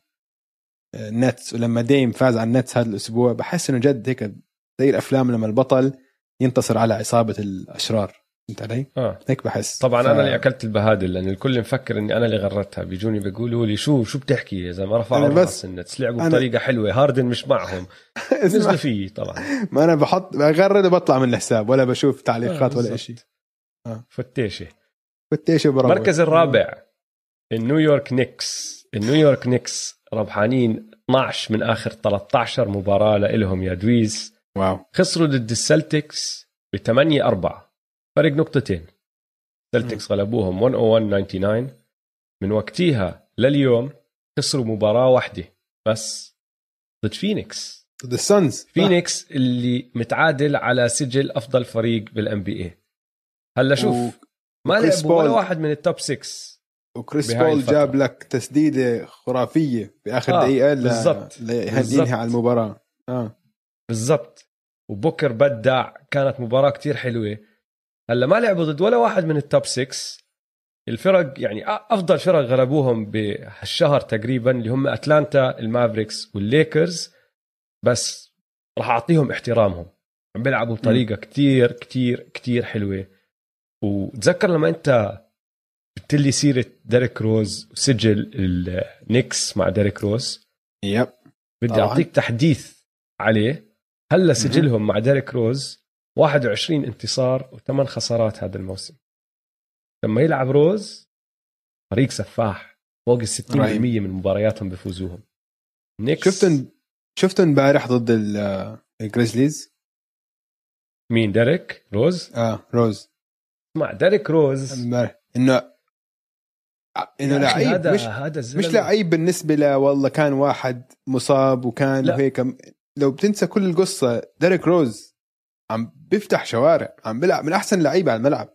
النتس ولما ديم فاز على النتس هذا الأسبوع بحس إنه جد هيك زي الأفلام لما البطل ينتصر على عصابة الأشرار انت علي آه. هيك بحس طبعا ف... انا اللي اكلت البهادل لان الكل مفكر اني انا اللي غردتها بيجوني بيقولوا لي شو شو بتحكي اذا ما رفعوا راس النتس لعبوا أنا... بطريقه حلوه هاردن مش معهم نزلوا فيه طبعا ما انا بحط بغرد وبطلع من الحساب ولا بشوف تعليقات آه ولا شيء آه. فتيشه فتيشه برافو. المركز الرابع النيويورك نيكس النيويورك نيكس ربحانين اثناشر من اخر ثلاثة عشر مباراه لهم يا دويز. واو خسروا ضد السلتكس ب ثمانية أربعة فرق نقطتين. سلتكس غلبوهم مية وواحد تسعة وتسعين من وقتها لليوم خسروا مباراة واحدة بس ضد فينيكس ضد السانز فينيكس اللي متعادل على سجل أفضل فريق بالان بي اي. هلا شوف و... ما لعبوا ولا واحد من التوب ستة وكريس بول جاب لك تسديدة خرافية بآخر آه دقيقة بالضبط لينهي على المباراة آه بالضبط وبوكر بدع كانت مباراة كتير حلوة. هلا ما لعبوا ضد ولا واحد من التوب ستة الفرق يعني أفضل فرق غلبوهم بهالشهر تقريبا اللي هم أتلانتا المافريكس والليكرز بس راح أعطيهم احترامهم عم بيلعبوا بطريقة كتير كتير كتير حلوة. وتذكر لما أنت بتلي سيرة ديريك روز وسجل النيكس مع ديريك روز يب بدي أعطيك تحديث عليه. هلا سجلهم مع ديريك روز واحد وعشرين انتصار وثمان خسارات هذا الموسم. لما يلعب روز فريق سفاح فوق الستين بالمية من مبارياتهم بيفوزوهم. نيكس شفتن شفتن امبارح ضد الجريزليز مين ديريك روز اه روز مع ديريك روز امبارح انه انه لعيب مش هذا مش لعيب بالنسبه له والله كان واحد مصاب وكان وهيك. لو بتنسى كل القصه ديريك روز عم بيفتح شوارع عم بيلعب من احسن لعيبه على الملعب.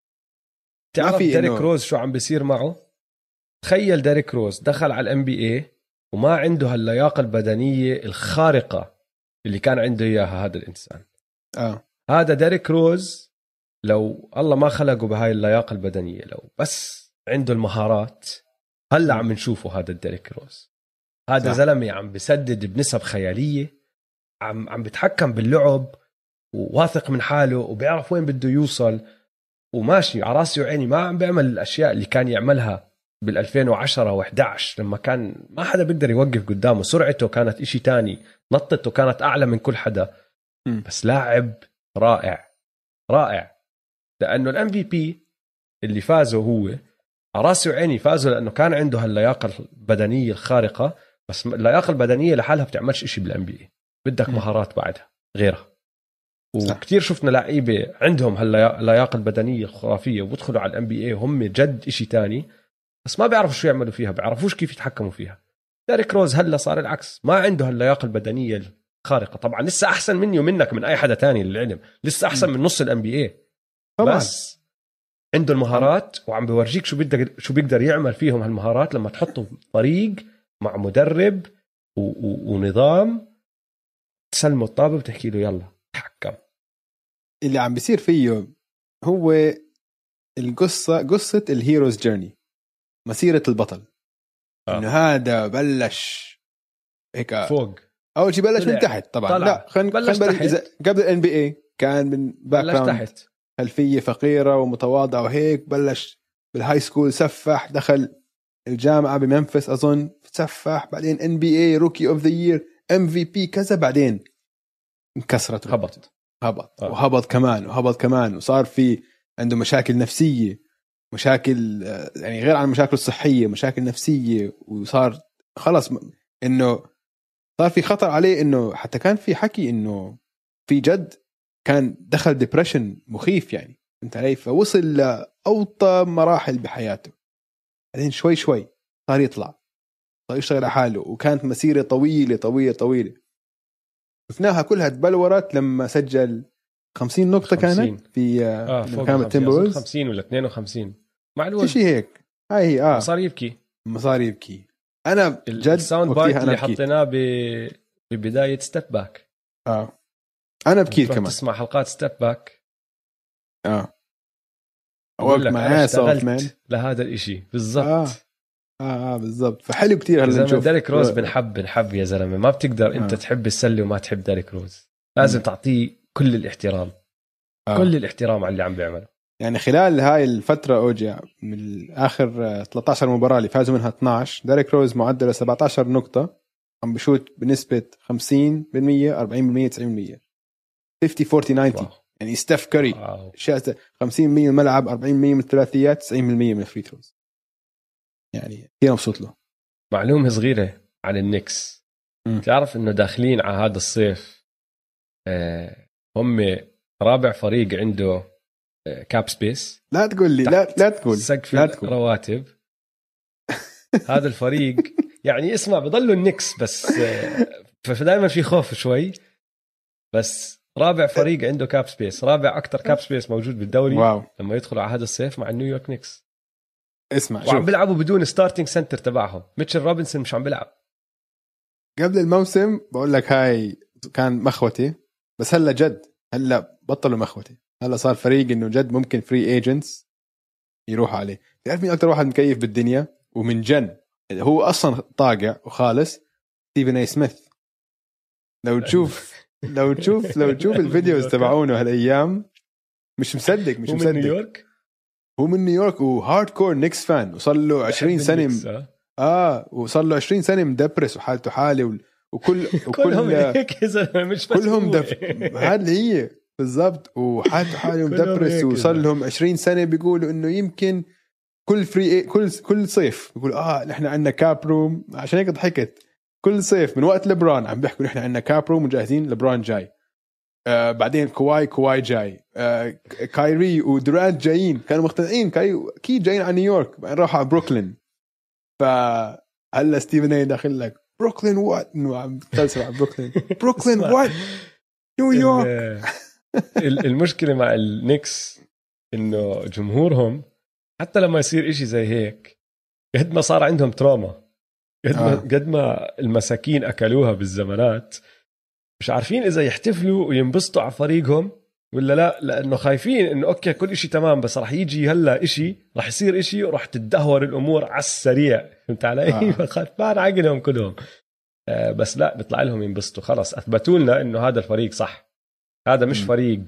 تعرف ديريك إنه... روز شو عم بيصير معه؟ تخيل ديريك روز دخل على الام بي اي وما عنده هاللياقه البدنيه الخارقه اللي كان عنده اياها هذا الانسان. اه هذا ديريك روز لو الله ما خلقه بهاي اللياقه البدنيه لو بس عنده المهارات هلا عم نشوفه هذا ديريك روز. هذا زلمه عم بسدد بنسب خياليه عم عم بيتحكم باللعب وواثق من حاله وبيعرف وين بده يوصل وماشي على راسي وعيني. ما عم بيعمل الأشياء اللي كان يعملها بالألفين وعشرة وإحدى عشر لما كان ما حدا بيقدر يوقف قدامه. سرعته كانت إشي تاني نطته كانت أعلى من كل حدا م. بس لاعب رائع رائع لأنه الام في بي اللي فازه هو على راسي وعيني فازه لأنه كان عنده هاللياقة البدنية الخارقة. بس اللياقة البدنية لحالها بتعملش إشي بالان بي اي بدك م. مهارات بعدها غيرها. وكتير شفنا لعيبه عندهم هاللياقه البدنيه الخرافيه وبدخلوا على الام بي اي وهم جد إشي تاني بس ما بيعرفوا شو يعملوا فيها بيعرفوش كيف يتحكموا فيها. ديريك روز هلا صار العكس ما عنده هاللياقه البدنيه الخارقه. طبعا لسه احسن مني ومنك من اي حدا تاني للعلم لسه احسن من نص الام بي اي بس عنده المهارات وعم بيورجيك شو بدك شو بيقدر يعمل فيهم هالمهارات لما تحطه طريق مع مدرب و... و... ونظام تسلمه الطابه وتحكي له يلا تحكم. اللي عم بيصير فيه هو القصة قصة الهيروز جيرني مسيرة البطل آه. إنه هذا بلش هيك فوق أول شيء بلش من تحت طبعا طلع. لا خلينا بلش خلن تحت قبل الان بي اي كان من باك جراوند خلفية فقيرة ومتواضعة وهيك بلش بالهاي سكول سفح دخل الجامعة بمنفس أظن سفح بعدين ان بي اي روكي اوف ذا يير ام في بي كذا بعدين انكسرت هبط هبط آه. وهبط كمان وهبط كمان وصار في عنده مشاكل نفسية مشاكل يعني غير عن مشاكل الصحية مشاكل نفسية وصار خلص إنه صار في خطر عليه إنه حتى كان في حكي إنه في جد كان دخل ديبريشن مخيف يعني انت علي، فوصل لاوطى مراحل بحياته. بعدين شوي شوي صار يطلع، صار يشتغل على حاله، وكانت مسيره طويله طويله طويله شفناها كلها تبلورت لما سجل خمسين نقطه خمسين. كانت في اه كامل تيمبرولز خمسين ولا اثنين وخمسين معلوم شيء هيك. هاي هي اه صار يبكي صار يبكي. انا جد الساوند بايت أنا اللي بكيت. حطيناه ب... ببدايه ستيب باك. اه انا بكيت كمان تسمع حلقات ستيب باك اه اقول لك انا اشتغلت مان. لهذا الاشي بالضبط. آه. اه اه بالضبط. فحلو كتير هلا نشوف ديريك روز. بنحب بنحب يا زلمه، ما بتقدر انت آه. تحب السله وما تحب ديريك روز، لازم م. تعطيه كل الاحترام. آه. كل الاحترام على اللي عم بيعمله. يعني خلال هاي الفتره اوجا من اخر ثلاثة عشر مباراه اللي فازوا منها اثناشر، ديريك روز معدله سبعة عشر نقطه، عم بشوت بنسبه خمسين بالمية أربعين بالمية تسعين بالمية خمسين أربعين تسعين. يعني ستيف كاري خمسين بالمية من الملعب، أربعين بالمية من الثلاثيات، تسعين بالمية من الفري ثروز. يعني كثير مبسوط له. معلومه صغيره عن النكس، م. تعرف انه داخلين على هذا الصيف آه هم رابع فريق عنده آه كاب سبيس. لا تقول لي لا لا تقول سقف الرواتب. هذا الفريق يعني اسمع بضلوا النكس بس آه فدائما في خوف شوي، بس رابع فريق عنده كاب سبيس، رابع اكثر كاب سبيس موجود بالدوري. واو. لما يدخلوا على هذا الصيف مع نيويورك نيكس. اسمع وعم بيلعبوا بدون ستارتينج سنتر تبعهم، ميتشل روبنسون مش عم بيلعب. قبل الموسم بقول لك هاي كان مخوتي، بس هلا جد هلا بطلوا مخوتي. هلا صار فريق انه جد ممكن فري ايجنتس يروح عليه. تعرف مين اكثر واحد مكيف بالدنيا ومن جن هو اصلا طاقع وخالص؟ ستيفن اي سميث. لو تشوف لو تشوف لو تشوف الفيديوز تبعونه هالايام مش مصدق مش مصدق. من نيويورك، هو من نيويورك وهارد كور نيكس فان، وصل له عشرين سنه م... اه وصل له عشرين سنه مدبرس وحالته حالي و... وكل وكل كلهم هيك مش بس كلهم دف... هذه هي بالضبط، وحالته حالي ومدبرس، وصل لهم عشرين سنه بيقولوا انه يمكن كل فري كل كل صيف بيقول اه نحن عندنا كاب روم. عشان هيك ضحكت كل صيف من وقت لبران عم بيحكوا نحن عندنا كاب روم وجاهزين لبران جاي. آه بعدين كواي كواي جاي، آه كايري ودورانت جايين، كانوا مقتنعين كاي اكيد جايين على نيويورك، بعدين راحوا على بروكلين. فهلا ستيفن اي داخل لك بروكلين وات، انه عم تفلسف على بروكلين بروكلين وات نيويورك. المشكله مع النكس انه جمهورهم حتى لما يصير إشي زي هيك قد ما صار عندهم تروما، قد ما, آه. قد ما المساكين أكلوها بالزمانات، مش عارفين إذا يحتفلوا وينبسطوا على فريقهم ولا لا، لأنه خايفين إنه أوكي كل إشي تمام بس رح يجي هلا إشي، رح يصير إشي ورح تتدهور الأمور على السريع. فهمت علي؟ آه. خايفان عقلهم كلهم. آه بس لا، بيطلع لهم ينبسطوا. خلاص أثبتوا لنا إنه هذا الفريق صح، هذا مش م. فريق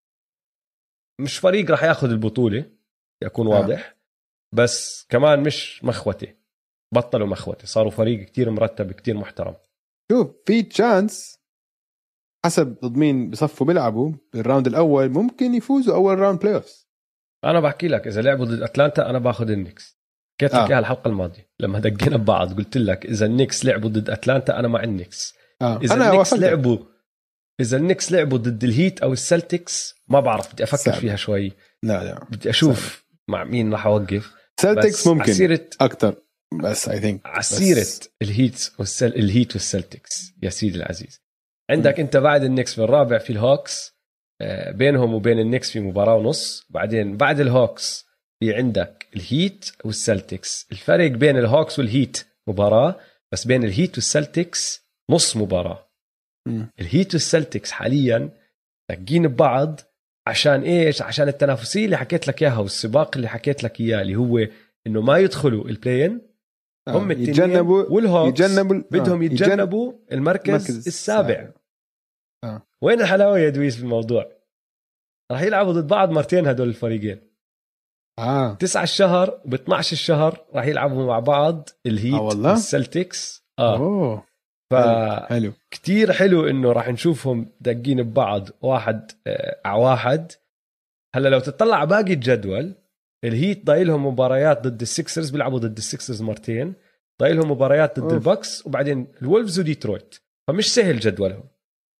مش فريق رح ياخذ البطولة، يكون واضح. آه. بس كمان مش مخوتي، بطلوا مخوتي، صاروا فريق كتير مرتب كتير محترم. شوف في تشانس حسب ضد مين بصفوا بيلعبوا بالراوند الأول ممكن يفوزوا أول راوند بلاي أوفز. أنا بحكي لك إذا لعبوا ضد أتلانتا أنا باخذ النكس. حكيت لك إياها الحلقة الماضية لما دقينا ببعض، قلت لك إذا النكس لعبوا ضد أتلانتا أنا مع النكس. آه. إذا أنا النكس لعبوا إذا النكس لعبوا ضد الهيت أو السلتكس ما بعرف، بدي أفكر سابق. فيها شوي. لا لا بدي أشوف سابق. مع مين راح أوقف. سلتكس ممكن عسيرة أكتر، بس I think عسيرة بس. الهيت والسل الهيت والسلتكس يا سيدي العزيز. عندك م. أنت بعد النكس في الرابع في الهوكس، بينهم وبين النكس في مباراة ونص. بعدين بعد الهوكس في عندك الهيت والسلتكس. الفرق بين الهوكس والهيت مباراة، بس بين الهيت والسلتكس نص مباراة. م. الهيت والسلتكس حاليا تقين ببعض عشان إيش؟ عشان التنافسية اللي حكيت لك إياها والسباق اللي حكيت لك إياه اللي هو إنه ما يدخلوا البلاين. آه. هم يتجنبوا والهوكس يتجنبوا بدهم يتجنبوا يتجنب المركز السابع. آه. وين الحلاوة يا دويس في الموضوع؟ راح يلعبوا ضد بعض مرتين هدول الفريقين. آه. تسعة الشهر وب اثناشر الشهر راح يلعبوا مع بعض الهيت آه والسلتكس. آه. أوه. حلو. كتير حلو إنه راح نشوفهم دقين ببعض واحد آه على واحد. هلا لو تطلع باقي الجدول، الهيت ضايلهم مباريات ضد السكسرز، بيلعبوا ضد السكسرز مرتين، ضايلهم مباريات ضد البوكس، وبعدين الولفز وديترويت، فمش سهل جدولهم.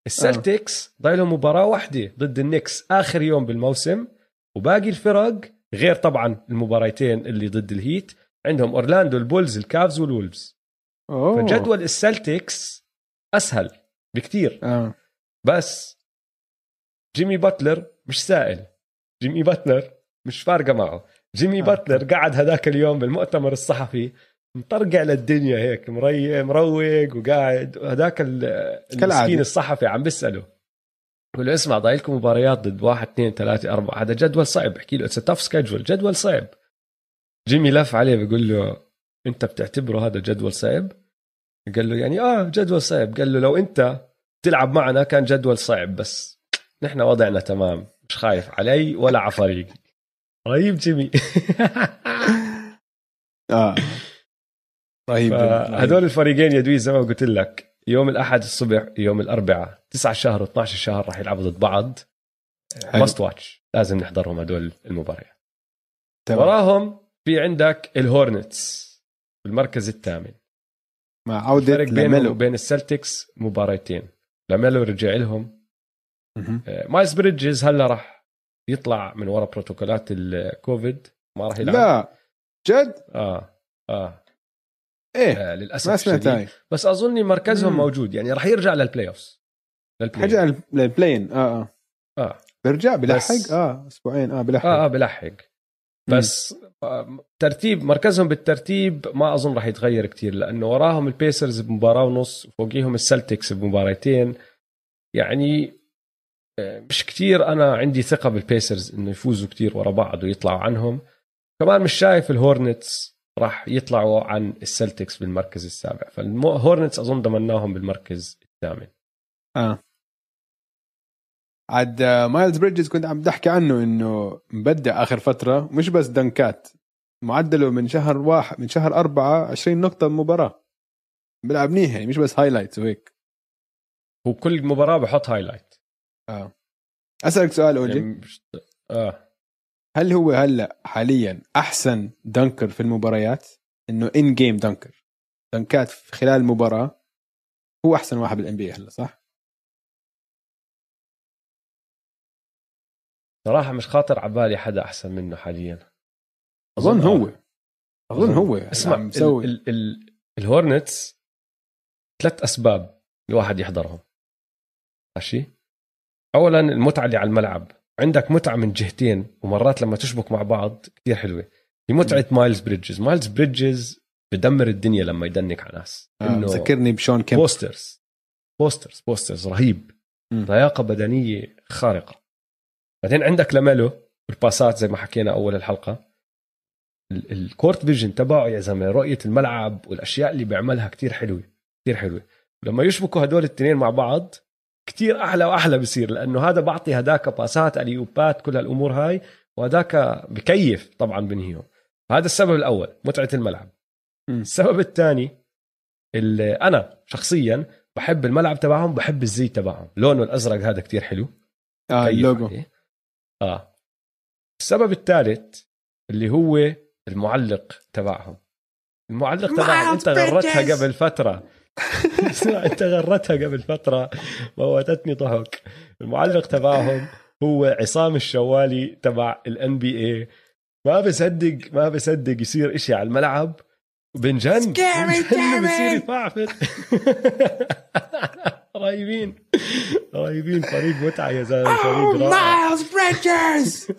السلتكس ضايل لهم مباراه واحده ضد النكس اخر يوم بالموسم، وباقي الفرق غير طبعا المباراتين اللي ضد الهيت عندهم اورلاندو، البولز، الكافز والولفز. أوه. فجدول السلتكس اسهل بكتير. آه. بس جيمي باتلر مش سائل، جيمي باتلر مش فارقه معه. جيمي آه. باتلر قعد هذاك اليوم بالمؤتمر الصحفي مطرقع للدنيا هيك مري مروق وقاعد، هذاك المسكين الصحفي عم بيسأله يقول له اسمع ضايلكم مباريات ضد واحد اثنين ثلاثة أربعة، هذا جدول صعب. بحكي له اتس تاف سكيدجول، جدول صعب. جيمي لف عليه بيقول له انت بتعتبره هذا جدول صعب؟ قال له يعني اه جدول صعب. قال له لو انت تلعب معنا كان جدول صعب، بس نحن وضعنا تمام، مش خايف علي ولا على فريقي. رهيب جيمي. اه رهيب. هدول الفريقين يا دوي زي ما قلت لك يوم الأحد الصبح يوم الأربعاء تسعة شهر و12 شهر راح يلعبوا ضد بعض. ماست واتش، لازم نحضرهم هدول المباريات. وراهم في عندك الهورنتس بالمركز الثامن مع عودة لاميلو بين السلتكس مباراتين. لاميلو رجع لهم. مايلز بريدجز هلا راح يطلع من وراء بروتوكولات الكوفيد، ما راح يلعب. لا جد اه اه ايه آه للاسف الشديد، بس اظني مركزهم مم. موجود، يعني راح يرجع للبلاي اوفز، حاجه للبلاين. اه اه اه بيرجع بلحق اه اسبوعين اه بلحق اه اه بلحق. بس آه ترتيب مركزهم بالترتيب ما اظن راح يتغير كتير، لانه وراهم البيسرز بمباراه ونص وفوقيهم السلتكس بمباراتين. يعني آه مش كتير انا عندي ثقه بالبيسرز انه يفوزوا كتير ورا بعض ويطلعوا عنهم. كمان مش شايف الهورنتس راح يطلعوا عن السلتكس بالمركز السابع، فالهورنتس أظن ضمناهم بالمركز الثامن. آه عاد مايلز بريدجز كنت عم بحكي عنه إنه مبدع آخر فترة، مش بس دنكات، معدله من شهر واحد من شهر أربعة عشرين نقطة مباراة، بلعب منيح يعني، مش بس هايلايتس وهيك. وكل مباراة بحط هايلايت. آه أسألك سؤال أوجي. يعني آه هل هو هلا حاليا احسن دنكر في المباريات؟ انه ان جيم دنكر دنكات في خلال المباراه، هو احسن واحد بالان بي هلا صح؟ صراحه مش خاطر على بالي حدا احسن منه حاليا. اظن هو اظن هو اسمع ال ال ال الهورنتس ثلاث اسباب الواحد يحضرهم. ماشي، اولا المتعه اللي على الملعب، عندك متعة من جهتين، ومرات لما تشبك مع بعض كتير حلوة. في متعة مايلز بريدجز. مايلز بريدجز بدمر الدنيا لما يدنك على ناس. آه ذكرني بشون كيمب. بوسترز بوسترز بوسترز رهيب، لياقة بدنية خارقة. بعدين عندك لاميلو الباسات زي ما حكينا أول الحلقة. الكورت فيجن تبعه يا زلمة، رؤية الملعب والأشياء اللي بيعملها كتير حلوة كتير حلوة. لما يشبكوا هدول الاثنين مع بعض كتير أحلى وأحلى بصير، لأنه هذا بعطي هداك باسات اليوبات كل هالأمور هاي، وهداك بكيف طبعا بنهيه. هذا السبب الأول، متعة الملعب. م. السبب الثاني اللي أنا شخصيا بحب الملعب تبعهم، بحب الزي تبعهم، لونه الأزرق هذا كتير حلو. آه اللوجو. آه السبب الثالث اللي هو المعلق تبعهم. المعلق تبعهم أنت غرتها قبل فترة. انت غرتها قبل فترة موتتني ضحك. المعلق تبعهم هو عصام الشوالي تبع الان بي اي. ما بصدق ما بصدق يصير اشي على الملعب بنجن بصير يفعفر. رهيبين رهيبين، فريق متعة يا زلمة، فريق رائع. مايلز بريدجز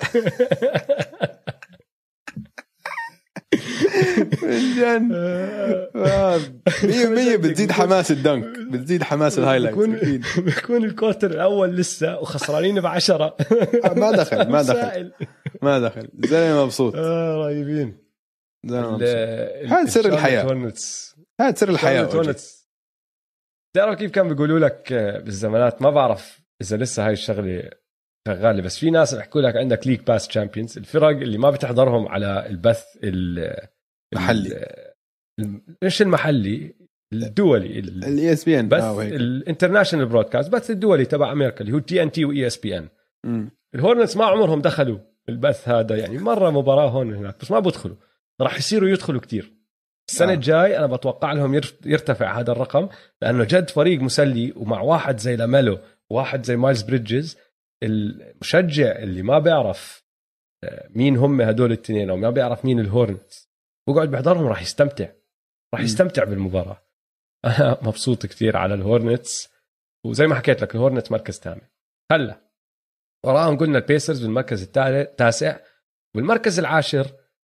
جن مية مية بتزيد حماس الدنك، بتزيد حماس الهايلايت. بيكون بيكون الكوتر الأول لسه وخسرانين بعشرة. ما دخل ما دخل ما دخل زي ما مبسوط. آه رهيبين. هذا سر الحياة، هذا سر الحياة. تعرف كيف كان بيقولوا لك بالزمانات؟ ما بعرف إذا لسه هاي الشغلة شغالة، بس في ناس بيحكوا لك عندك ليج باس تشامبيونز، الفرق اللي ما بتحضرهم على البث المحلي، مش المحلي، الدولي، الاي اس بي ان، بث الانترناشونال برودكاست، بث الدولي تبع امريكا اللي هو تي ان تي واي اس بي ان. الهورنتس ما عمرهم دخلوا البث هذا، يعني مرة مباراة هون هناك، بس ما بدخلوا. راح يصيروا يدخلوا كتير السنة آه. الجاي أنا بتوقع لهم يرتفع هذا الرقم، لأنه جد فريق مسلي، ومع واحد زي لاميلو واحد زي مايلز بريدجز، المشجع اللي ما بيعرف مين هم هدول الاثنين او ما بيعرف مين الهورنتس بقعد بيحضرهم راح يستمتع راح يستمتع بالمباراة. أنا مبسوط كتير على الهورنتس، وزي ما حكيت لك الهورنتس مركز ثامن. هلا وراهم قلنا البيسرز بالمركز التاسع والمركز العاشر،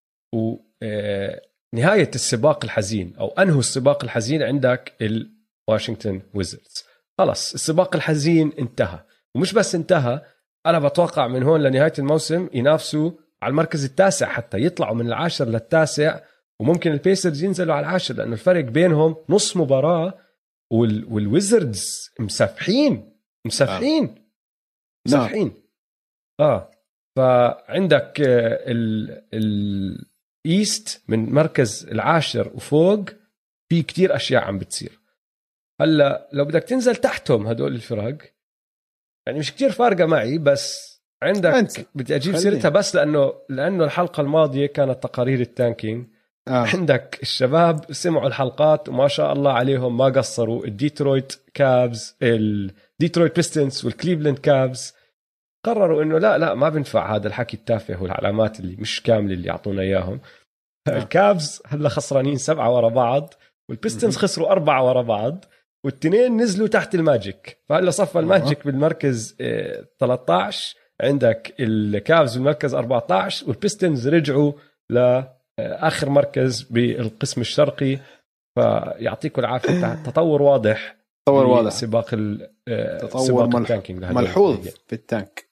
ونهاية السباق الحزين أو أنهوا السباق الحزين عندك الواشنطن ويزردز. خلص السباق الحزين انتهى، ومش بس انتهى، أنا بتوقع من هون لنهاية الموسم ينافسوا على المركز التاسع، حتى يطلعوا من العاشر للتاسع، وممكن البيسرز ينزلوا على العاشر لأنه الفرق بينهم نص مباراة. وال... والويزردز مسافحين مسافحين مسافحين اه فعندك ال الايست من مركز العاشر وفوق في كتير اشياء عم بتصير. هلا لو بدك تنزل تحتهم هدول الفرق يعني مش كتير فارقه معي، بس عندك بدي اجيب سيرتها بس لانه لانه الحلقه الماضيه كانت تقارير التانكينج. آه. عندك الشباب سمعوا الحلقات وما شاء الله عليهم ما قصروا. الديترويت كابز الديترويت بيستنز والكليفلاند كابز قرروا انه لا لا ما بنفع هذا الحكي التافه والعلامات اللي مش كامله اللي يعطونا اياهم. آه. الكابز هلا خسرانين سبعه ورا بعض، والبيستنز خسروا اربعه ورا بعض، والتنين نزلوا تحت الماجيك. فهلا صفى الماجيك آه. بالمركز اه ثلاثة عشر، عندك الكابز بالمركز أربعة عشر، والبيستنز رجعوا لاخر مركز بالقسم الشرقي. فيعطيكم العافيه، تطور واضح تطور واضح سباق تطور ملحوظ في التانك.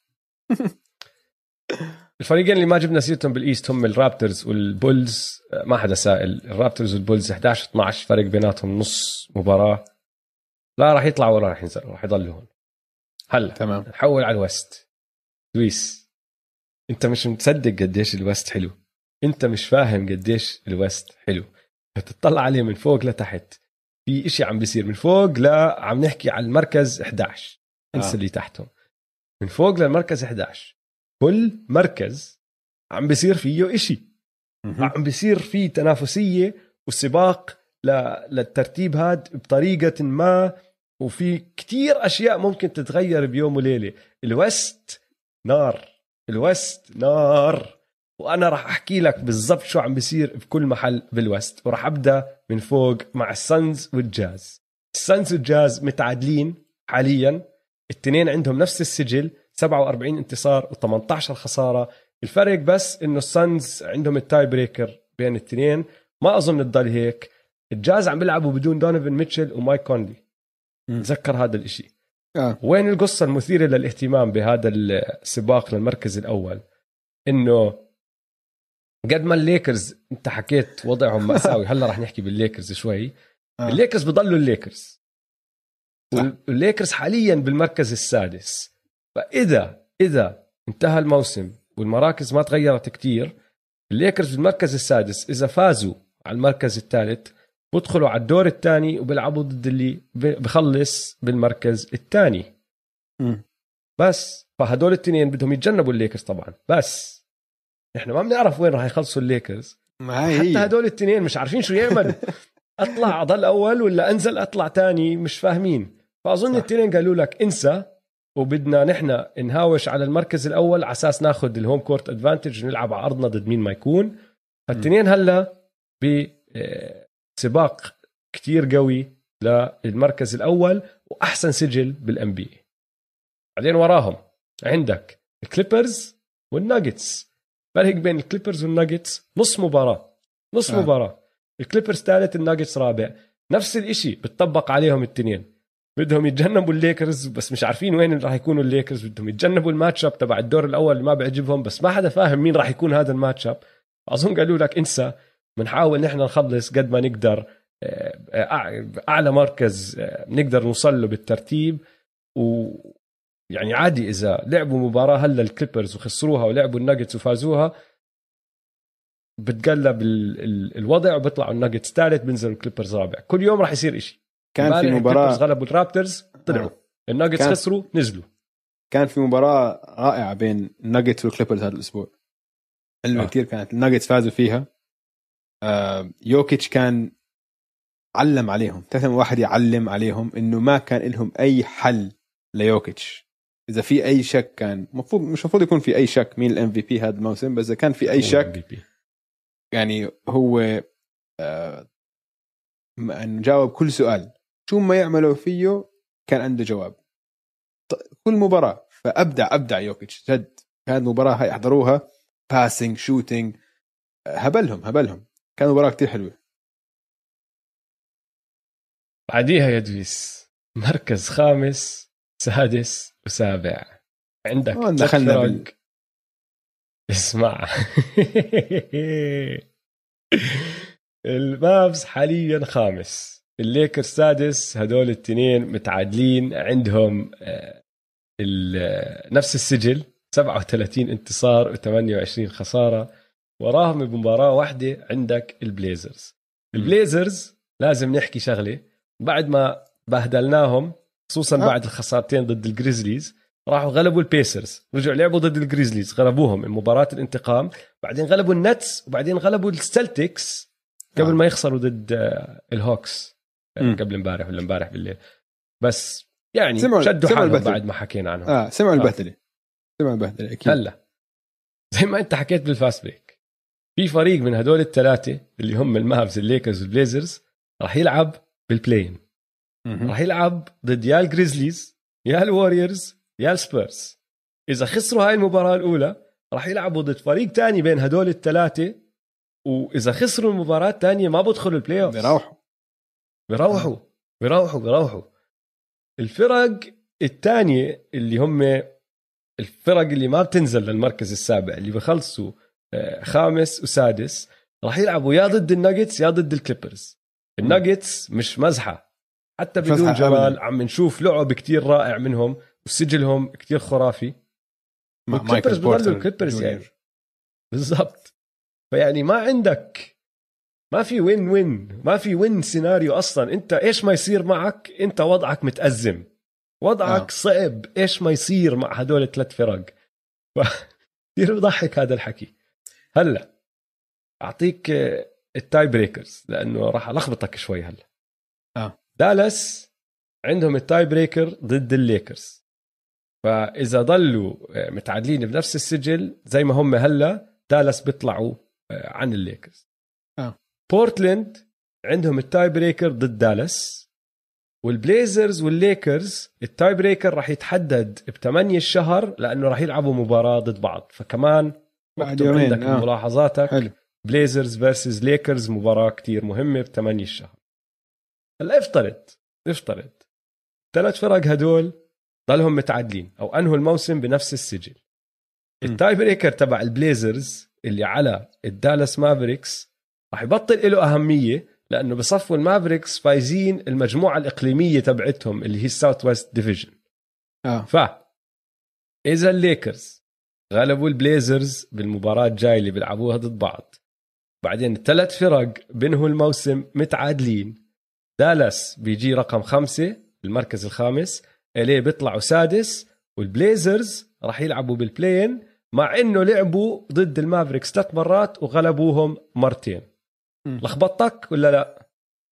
الفريقين اللي ما جبنا سيرتهم بالايست هم الرابترز والبولز. ما حدا سائل، الرابترز والبولز احد عشر اثنا عشر فرق بيناتهم نص مباراة. لا راح يطلعوا ولا راح ينزلوا، راح يضلوا هون. هلا تمام نحول على الوست. دويس انت مش متصدق قديش الوست حلو، انت مش فاهم قديش الوست حلو. تطلع عليه من فوق لتحت في اشي عم بيصير. من فوق لا عم نحكي على المركز احد عشر، انسى آه. اللي تحتهم. من فوق للمركز احد عشر كل مركز عم بيصير فيه اشي، عم بيصير فيه تنافسية وسباق للترتيب هاد بطريقة ما، وفي كتير أشياء ممكن تتغير بيوم وليلة. الوست نار، الوست نار، وأنا راح أحكي لك بالضبط شو عم بيصير بكل محل بالوست. وراح أبدأ من فوق مع السانز والجاز. السانز والجاز متعادلين حاليا، التنين عندهم نفس السجل، سبعة وأربعين انتصار وثمانية عشر خسارة. الفرق بس إنه السانز عندهم التاي بريكر بين التنين. ما أظن تضل هيك. الجاز عم بيلعبوا بدون دونيفن ميتشل ومايك كونلي، تذكر هذا الاشي. آه. وين القصة المثيرة للاهتمام بهذا السباق للمركز الأول؟ إنه قد ما الليكرز انت حكيت وضعهم مأساوي، هلا رح نحكي بالليكرز شوي. آه. الليكرز بضلوا الليكرز، والليكرز حاليا بالمركز السادس. فإذا إذا انتهى الموسم والمراكز ما تغيرت كتير، الليكرز بالمركز السادس إذا فازوا على المركز الثالث بدخلوا على الدور الثاني وبيلعبوا ضد اللي بخلص بالمركز الثاني. بس فهدول التنين بدهم يتجنبوا الليكرز طبعا، بس احنا ما بنعرف وين راح يخلصوا الليكرز. حتى هدول التنين مش عارفين شو يعملوا. اطلع اضل اول ولا انزل اطلع تاني، مش فاهمين. فاظن التنين قالوا لك انسى، وبدنا نحن نهاوش على المركز الاول على اساس ناخذ الهوم كورت ادفانتج ونلعب على ارضنا ضد مين ما يكون. فالتنين هلا بسباق كتير قوي للمركز الاول واحسن سجل بالان بي. بعدين وراهم عندك الكليبرز والناجتس. فرق بين الكليبرز والناجتس نص مباراه نص آه. مباراه. الكليبرز ثالث، الناجتس رابع. نفس الاشي بتطبق عليهم التنين. بدهم يتجنبوا الليكرز بس مش عارفين وين راح يكونوا الليكرز. بدهم يتجنبوا الماتش اب تبع الدور الاول اللي ما بيعجبهم، بس ما حدا فاهم مين راح يكون هذا الماتش اب. اظن قالوا لك انسى، بنحاول نحن نخلص قد ما نقدر اعلى مركز نقدر نوصل له بالترتيب. ويعني عادي اذا لعبوا مباراه هلا الكليبرز وخسروها ولعبوا الناجتس وفازوها، بتقلب الوضع وبيطلعوا الناجتس ثالث، بينزلوا الكليبرز رابع. كل يوم راح يصير إشي. كان في مباراة غلبوا الرابترز طلعوا آه. الناجتس خسروا نزلوا. كان في مباراة رائعة بين الناجتس والكليبرز هذا الأسبوع، حلوة آه. كتير كانت. الناجتس فازوا فيها. آه يوكيتش كان علم عليهم، تفهم واحد يعلم عليهم إنه ما كان لهم أي حل ليوكيتش. اذا في اي شك كان مفروض مش المفروض يكون في اي شك مين الام في بي هذا الموسم، بس اذا كان في اي شك يعني هو آه انه جاوب كل سؤال، شو ما يعملوا فيه كان عنده جواب كل مباراة. فابدع ابدع يوكيتش جد. هذه المباراة هاي احضروها، باسنج شوتينج، هبلهم هبلهم كان مباراة كتير حلوة. بعديها يا دويس مركز خامس سادس وسابع عندك دخلنا بال... اسمع المافز حاليا خامس، الليكرز سادس، هدول التنين متعادلين عندهم نفس السجل سبعة وثلاثين انتصار وثمانية وعشرين خسارة. وراهم بمباراة واحدة عندك البليزرز. البليزرز لازم نحكي شغلة، بعد ما بهدلناهم خصوصا أه. بعد الخسارتين ضد الجريزليز راحوا غلبوا البيسرز، رجعوا لعبوا ضد الجريزليز غلبوهم المباراة الانتقام، بعدين غلبوا النتس، وبعدين غلبوا السلتكس قبل أه. ما يخسروا ضد الهوكس م. قبل امبارح ولا امبارح بالليل. بس يعني شدوا حالهم بعد ما حكينا عنهم. اه سمعوا البهدله آه. سمعوا البهدله اكيد. هلا زي ما انت حكيت بالفاست بريك، في فريق من هدول الثلاثه اللي هم المافز الليكرز والبليزرز راح يلعب بالبلاين، راح يلعب ضد يا الجريزليز يا الواريورز يا السبيرز. اذا خسروا هاي المباراه الاولى راح يلعبوا ضد فريق تاني بين هدول الثلاثه، واذا خسروا المباراه الثانيه ما بدخلوا البلاي اوف. بيروحوا بيروحوا بيروحوا بيروحوا الفرق الثانيه اللي هم الفرق اللي ما بتنزل للمركز السابع اللي بخلصوا خامس وسادس راح يلعبوا يا ضد الناجتس يا ضد الكليبرز. الناجتس مش مزحة حتى بدون جمال، عم نشوف لعب كتير رائع منهم وسجلهم كتير خرافي. الكليبرز بضلوا الكليبرز يعني بالضبط. فيعني ما عندك ما في وين وين ما في وين سيناريو أصلا. انت ايش ما يصير معك انت وضعك متأزم، وضعك آه. صعب ايش ما يصير مع هدول الثلاث فرق. كثير بضحك هذا الحكي. هلا اعطيك التاي بريكرز لانه راح الخبطك شوي. هلا آه. دالاس عندهم التاي بريكر ضد الليكرز، فاذا ضلوا متعادلين بنفس السجل زي ما هم هلا دالاس بيطلعوا عن الليكرز. آه. بورتلاند عندهم التاي بريكر ضد دالاس، والبليزرز والليكرز التاي بريكر راح يتحدد بثمانية الشهر لأنه راح يلعبوا مباراة ضد بعض. فكمان مكتوب عندك آه. ملاحظاتك حلو. بليزرز فيرسز ليكرز مباراة كتير مهمة بثمانية الشهر. هلا افترض افترض ثلاث فرق هدول ضلهم متعادلين أو أنهوا الموسم بنفس السجل. التاي بريكر تبع البليزرز اللي على الدالاس مافريكس راح يبطل له أهمية لأنه بصفوا المافريكس فايزين المجموعة الإقليمية تبعتهم اللي هي الساوث ويست ديفيجن. آه. فإذا الليكرز غلبوا البليزرز بالمباراة الجاية اللي بيلعبوها ضد بعض، بعدين الثلاث فرق بينهوا الموسم متعادلين، دالاس بيجي رقم خمسة المركز الخامس، إليه بيطلعوا سادس، والبليزرز راح يلعبوا بالبلاين مع إنه لعبوا ضد المافريكس ثلاث مرات وغلبوهم مرتين. لخبطتك ولا لا؟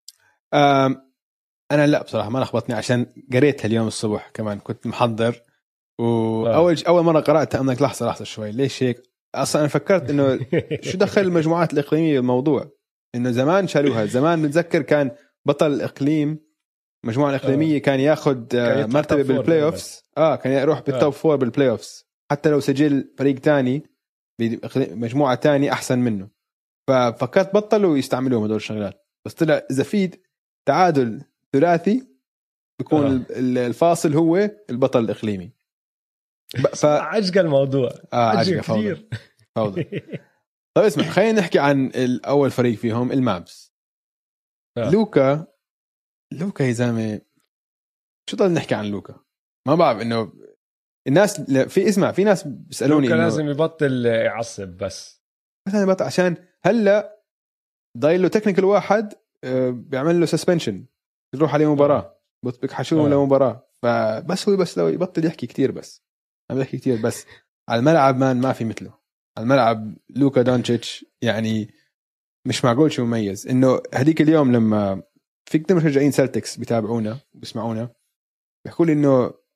أنا لا بصراحة ما لخبطني عشان قريتها اليوم الصبح كمان كنت محضر، وأول آه. أول مرة قرأتها أنك لحظة لحظة شوي ليش هيك. أصلا أنا فكرت إنه شو دخل المجموعات الإقليمية بالموضوع، إنه زمان شالوها. زمان نتذكر كان بطل الإقليم مجموعة الإقليمية آه. كان ياخد كان مرتبة بالبلاي أوفس. آه كان يروح بالتوب آه. فور بالبلاي أوفس حتى لو سجل فريق تاني بمجموعة تاني أحسن منه. ففكرت بطلوا يستعملوهم هدول الشغلات، بس طلع إذا في تعادل ثلاثي بيكون آه. الفاصل هو البطل الإقليمي. ف... عجقة الموضوع آه عجقة كثير فوضى. طيب اسمع خلينا نحكي عن الأول فريق فيهم المابس. آه. لوكا لوكا يا زلمة شو ضل نحكي عن لوكا؟ ما بعرف إنه الناس في اسمع في ناس بيسألوني لوكا لازم يبطل يعصب بس مثلا يبطل عشان هلا ضايل له تكنيكال واحد بيعمل له سسبنشن يروح عليه مباراة بيكحشوه له مباراة. فبس هو بس لو يبطل يحكي كتير بس عم يحكي كتير بس على الملعب مان ما في مثله على الملعب. لوكا دونتشيتش يعني مش معقول شو مميز. إنه هديك اليوم لما في كتير مشجعين سلتكس بيتابعونا بيسمعونا بيحكوا لي إنه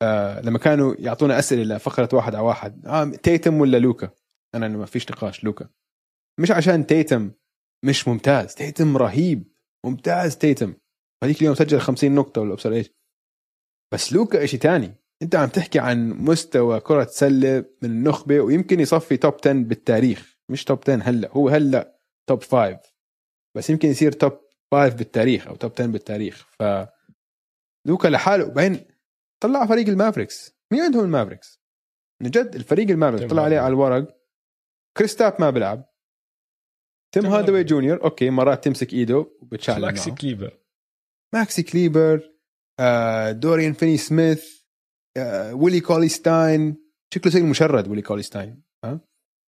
آه لما كانوا يعطونا اسئله لفقره واحد على واحد آه تيتم ولا لوكا، انا ما فيش نقاش لوكا، مش عشان تيتم مش ممتاز، تيتم رهيب ممتاز تيتم، هذيك اليوم سجل خمسين نقطه ولا ابصر ايش، بس لوكا إشي تاني. انت عم تحكي عن مستوى كره سله من النخبه، ويمكن يصفي توب عشرة بالتاريخ، مش توب عشرة هلا، هو هلا توب خمسة، بس يمكن يصير توب خمسة بالتاريخ او توب عشرة بالتاريخ. ف لوكا لحاله بعدين طلع فريق المافريكس. مين عندهم المافريكس؟ نجد الفريق المافريكس طلع عليه على الورق كريستاب ما بيلعب، تيم هاردوي جونيور اوكي مرات تمسك ايده وبتشعل معه، ماكسي كليبر ماكسي كليبر آه، دوريان فيني سميث آه، ويلي كوليستاين، شكله زي المشرد ويلي كوليستاين ها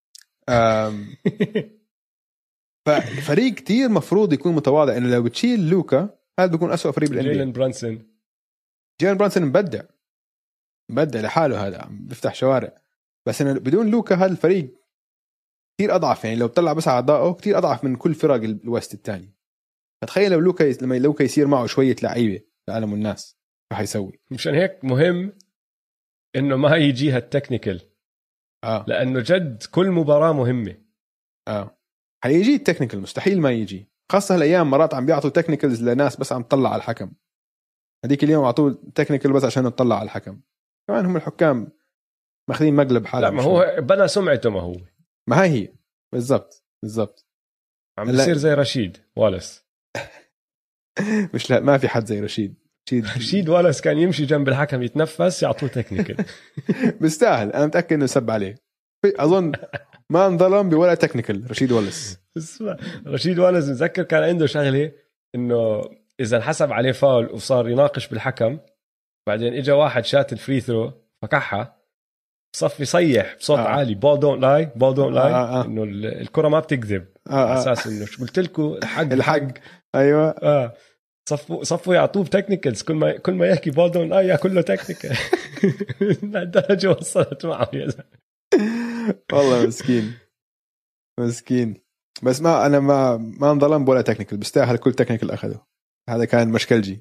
ففريق كتير مفروض يكون متواضع، انه لو بتشيل لوكا هذا بيكون أسوأ فريق بالان بي. جيلن برانسون جيلن برانسون مبدع مبدع لحاله، هذا عم بيفتح شوارع، بس انه بدون لوكا هذا الفريق كتير اضعف، يعني لو طلع بس اعضائه كتير اضعف من كل فرق الوست الثاني. فتخيل لو لوكا لما لوكا يصير معه شويه لعيبه لعالم الناس راح يسوي. مشان هيك مهم انه ما يجيها التكنيكال اه لانه جد كل مباراه مهمه. اه حيجي التكنيكال مستحيل ما يجي، خاصه هالايام مرات عم بيعطوا تكنيكالز لناس بس عم تطلع على الحكم، هذيك اليوم اعطوه تكنيكال بس عشان يطلع على الحكم. كمان هم الحكام ماخذين مقلب حالهم. لا ما هو بنى سمعته، ما هو ما هي هي بالضبط بالضبط عم بيصير زي رشيد والس مش لا ما في حد زي رشيد. رشيد رشيد والس كان يمشي جنب الحكم يتنفس يعطوه تكنيكال بيستاهل، انا متاكد انه سب عليه، اظن ما انظلم بولا تكنيكال رشيد والس. رشيد والس نذكر كان عنده شغله انه اذا انحسب عليه فاول وصار يناقش بالحكم، بعدين اجى واحد شات الفري ثرو فكحها، صف يصيح بصوت آه. عالي بول دونت لاي بول دونت لاي آه آه. انه الكره ما بتكذب آه آه. على اساس انه شو قلت لكم الحق الحق ايوه اه صفوا صفوا يعطوه تكنيكالز، كل ما كل ما يحكي بول دونت لاي كله تكنيكال. لهالدرجه وصلت معه يا زلمه. والله مسكين مسكين، بس ما انا ما ما انظلم ولا تكنيكال، بيستاهل كل تكنيكال اخذه، هذا كان مشكلجي.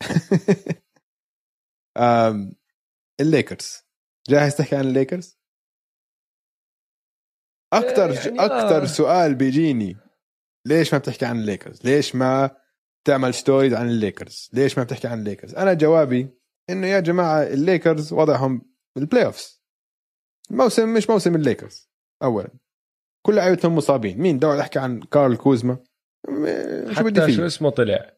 امم الليكرز، جاهز تحكي عن الليكرز؟ اكثر يعني اكثر آه. سؤال بيجيني ليش ما بتحكي عن الليكرز؟ ليش ما تعمل ستوريز عن الليكرز؟ ليش ما بتحكي عن الليكرز؟ انا جوابي انه يا جماعه الليكرز وضعهم بالبلاي اوفز، الموسم مش موسم الليكرز. اولا كل لعيبتهم مصابين، مين دور احكي عن كارل كوزما شو بدي فيه؟ شو اسمه طلع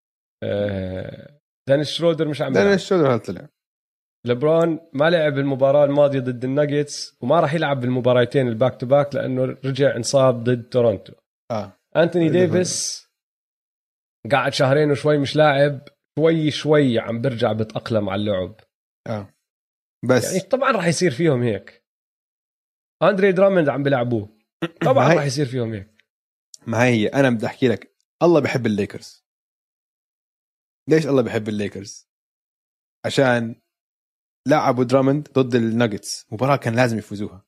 آه... دانيس شرودر مش عم دانيس شرودر طلع. لبرون ما لعب المباراة الماضية ضد الناجتس وما راح يلعب بالمباراتين الباك تو باك لأنه رجع انصاب ضد تورونتو. آه. أنتوني ديفيس قاعد شهرين وشوي مش لاعب، شوي شوي عم برجع بتأقلم على اللعب. آه. بس يعني طبعا راح يصير فيهم هيك. أندري درامند عم بلعبوه طبعا راح يصير فيهم هيك. ما هي أنا بدي أحكي لك، الله بحب الليكرز. ليش الله بحب الليكرز؟ عشان لعبوا درامند ضد الناجتس، مباراة كان لازم يفوزوها.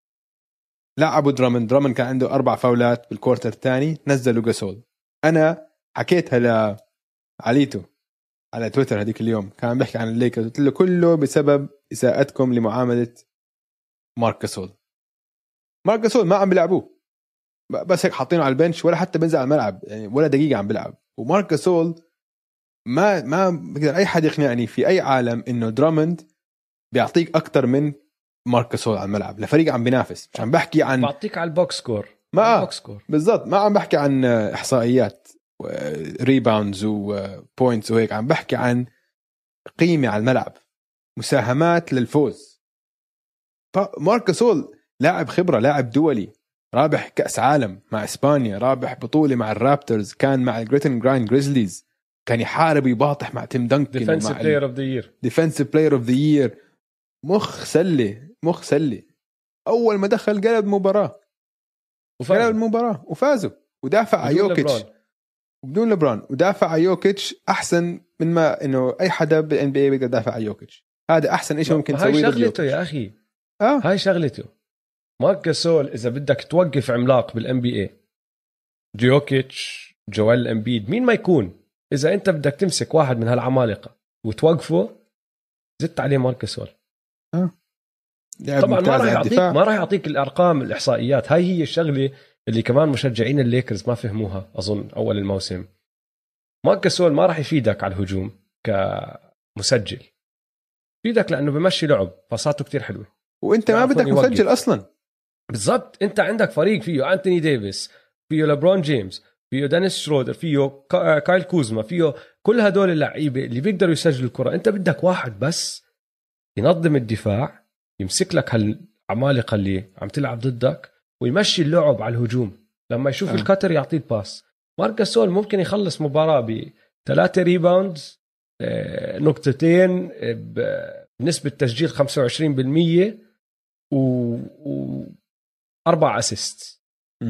لعبوا درامند، درامند كان عنده أربع فاولات بالكورتر الثاني، نزلوا جاسول. أنا حكيتها لعليتو على تويتر هذيك اليوم، كان بيحكي عن الليكرز، قلت له كله بسبب إساءتكم لمعاملة مارك جاسول. مارك جاسول ما عم بيلعبوه، بس هيك حاطينه على البنش، ولا حتى بنزل على الملعب يعني ولا دقيقة عم بيلعب. ومارك جاسول ما ما بقدر أي حد يقنعني في أي عالم إنه درامند بيعطيك أكتر من مارك جاسول على الملعب لفريق عم بينافس. مش عم بحكي عن بعطيك على البوكس سكور، ما بالضبط، ما عم بحكي عن إحصائيات ريباوندز وبوينتس وهيك، عم بحكي عن قيمة على الملعب، مساهمات للفوز. مارك جاسول لاعب خبرة، لاعب دولي، رابح كأس عالم مع إسبانيا، رابح بطولة مع الرابترز، كان مع الجريتن جرايند جريزليز، كان يحارب يباطح مع تيم دانكن، ديفنسيف بلاير اوف ذا يير ديفنسيف بلاير اوف ذا يير. مخ سلة مخ سلة. أول ما دخل قلب مباراة وفازوا. قلب المباراة وفازوا، ودافع على يوكيتش وبدون لبران، ودافع على يوكيتش أحسن من ما إنه أي حدا بالإن بي إيه بيقدر يدافع على يوكيتش. هذا أحسن إشي ممكن تسويه. هاي شغلته يا أخي آه. هاي شغلته. مارك جاسول إذا بدك توقف عملاق بالإن بي إيه، يوكيتش، جوال امبيد، مين ما يكون، إذا أنت بدك تمسك واحد من هالعمالقة وتوقفه زدت عليه ماركس هول. اه طبعا ما راح يعطيك ما راح يعطيك الارقام الاحصائيات. هاي هي الشغله اللي كمان مشجعين الليكرز ما فهموها اظن اول الموسم. ماركس هول ما راح يفيدك على الهجوم كمسجل، يفيدك لانه بمشي لعب، باصاته كتير حلوه وانت ما بدك مسجل اصلا. بالضبط، انت عندك فريق فيه أنتوني ديفيس، فيه لبرون جيمس، فيه دانيس شرودر، فيه كايل كوزما، فيه كل هدول اللعيبه اللي بيقدروا يسجلوا الكره. انت بدك واحد بس ينظم الدفاع، يمسك لك هالعمالقه اللي عم تلعب ضدك ويمشي اللعب على الهجوم. لما يشوف أه. الكاتر يعطيه الباس. ماركس هول ممكن يخلص مباراه بثلاثه ريباوندز، نقطتين، بنسبه تسجيل خمسة وعشرين بالمية و... و... أربع أسيست،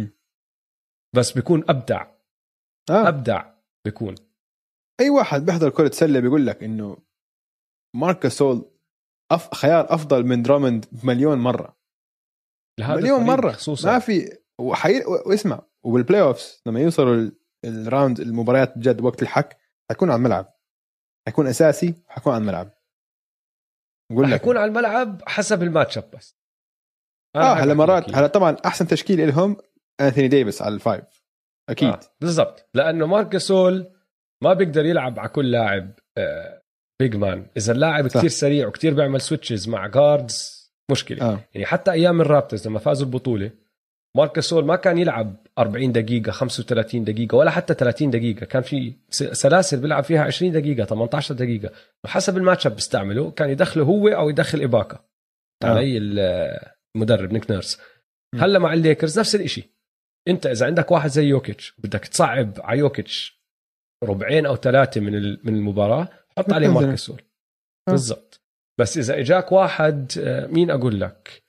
بس بيكون أبدع. آه. أبدع بيكون. أي واحد بيحضر كرة سلة بيقول لك إنه ماركس هول أف... خيار أفضل من درامند مليون مرة، مليون مرة خصوصا. ما في وحي... واسمع، وبالبلاي أوفس لما يوصلوا الراوند المباريات بجد وقت الحك حيكون على الملعب، حيكون أساسي، حيكون على الملعب. حيكون على الملعب حسب الماتش اب بس. اه هلا مرات هلا طبعا احسن تشكيل لهم أنثوني ديفيس على الفايف اكيد. آه. بالضبط، لانه ماركس هول ما بيقدر يلعب على كل لاعب آه بيج مان. اذا اللاعب كتير سريع وكتير بيعمل سويتشز مع جاردز مشكله. آه. يعني حتى ايام الرابترز لما فازوا البطوله ماركس هول ما كان يلعب أربعين دقيقه، خمسة وثلاثين دقيقه، ولا حتى ثلاثين دقيقه. كان في سلاسل بيلعب فيها عشرين دقيقه، ثمانية عشر دقيقه، وحسب الماتش اب بيستعمله. كان يدخله هو او يدخل إباكا علي آه. المدرب نيك نيرس. هلا مع الليكرز نفس الاشي. انت اذا عندك واحد زي يوكيتش بدك تصعب على يوكيتش ربعين او ثلاثه من من المباراه، حط عليه ماركس هول. بالضبط. بس اذا اجاك واحد مين اقول لك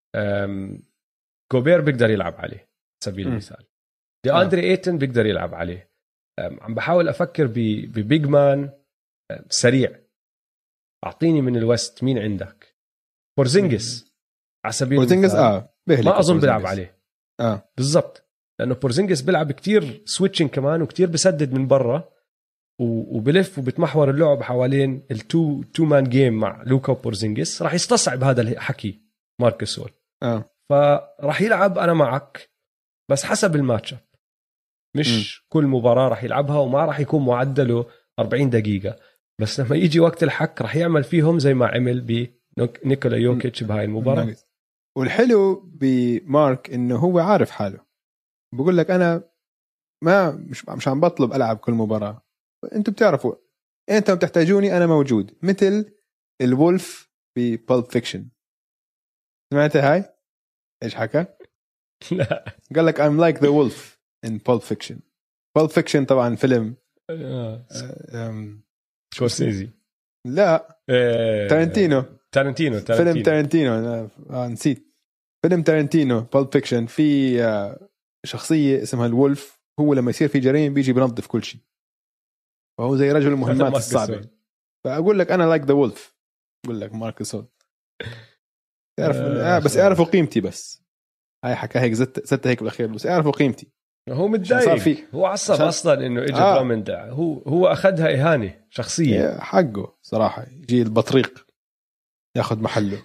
جوبير بيقدر يلعب عليه سبيل المثال، دي اندري ايتن بيقدر يلعب عليه. عم بحاول افكر ببيج مان سريع. اعطيني من الوست مين عندك. بورزينجس على سبيل المثال. اه ما اظن بيلعب عليه. اه بالضبط، لانه بورزينجس بيلعب كتير سويتشنج كمان، وكتير بسدد من برا، وبلف وبتمحور اللعب حوالين التو تو مان جيم مع لوكا وبورزينجس. راح يستصعب هذا الحكي ماركس هول. اه فراح يلعب انا معك، بس حسب الماتش مش م. كل مباراه راح يلعبها، وما راح يكون معدله أربعين دقيقه. بس لما يجي وقت الحك راح يعمل فيهم زي ما عمل بنيكولا يوكيتش بهاي المباراه. والحلو بمارك انه هو عارف حاله، بقول لك انا ما مش مش عم بطلب العب كل مباراه، انتوا بتعرفوا انتوا بتحتاجوني انا موجود، مثل الولف ببولب فيكشن. سمعت هاي ايش حكى؟ لا قال لك I'm like the wolf in Pulp Fiction. Pulp Fiction طبعا فيلم سكورسيزي. لا تارنتينو. تارنتينو فيلم تارنتينو أنا آه نسيت فيلم تارنتينو بولب فيكشن. في آه شخصية اسمها الولف، هو لما يصير في جريمة بيجي بنظف كل شيء، وهو زي رجل المهمات الصعبة. فأقول لك أنا لايك ذا وولف، أقول لك ماركس هول. تعرف آه بس اعرفوا قيمتي، بس هاي حكى هيك زت زت هيك بالأخير، بس اعرفوا قيمتي. هو متضايق، هو عصب عشان... اصلا انه اجى آه. درامند. هو هو اخذها اهانه شخصيه، حقه صراحه. يجي البطريق ياخذ محله.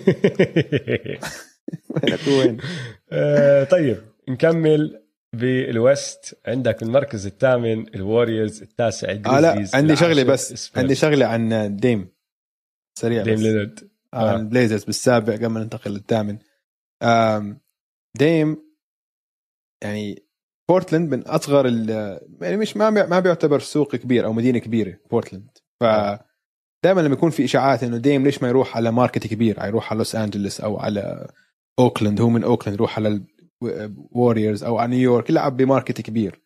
وين آه طيب نكمل بالويست. عندك المركز الثامن الواريورز، التاسع الجريزليز. آه عندي شغله بس سبيرز. عندي شغله عن ديم سريع، ديم لينارد عن آه. البليزرز بالسابع قبل ما ننتقل للثامن. ديم يعني بورتلاند من اصغر يعني مش ما ما بيعتبر سوق كبير او مدينه كبيره بورتلاند. ف دائما لما يكون في اشاعات انه ديم ليش ما يروح على ماركت كبير، يروح على لوس انجلوس او على اوكلاند، هو من اوكلاند يروح على الواريورز او على نيويورك يلعب بماركت كبير.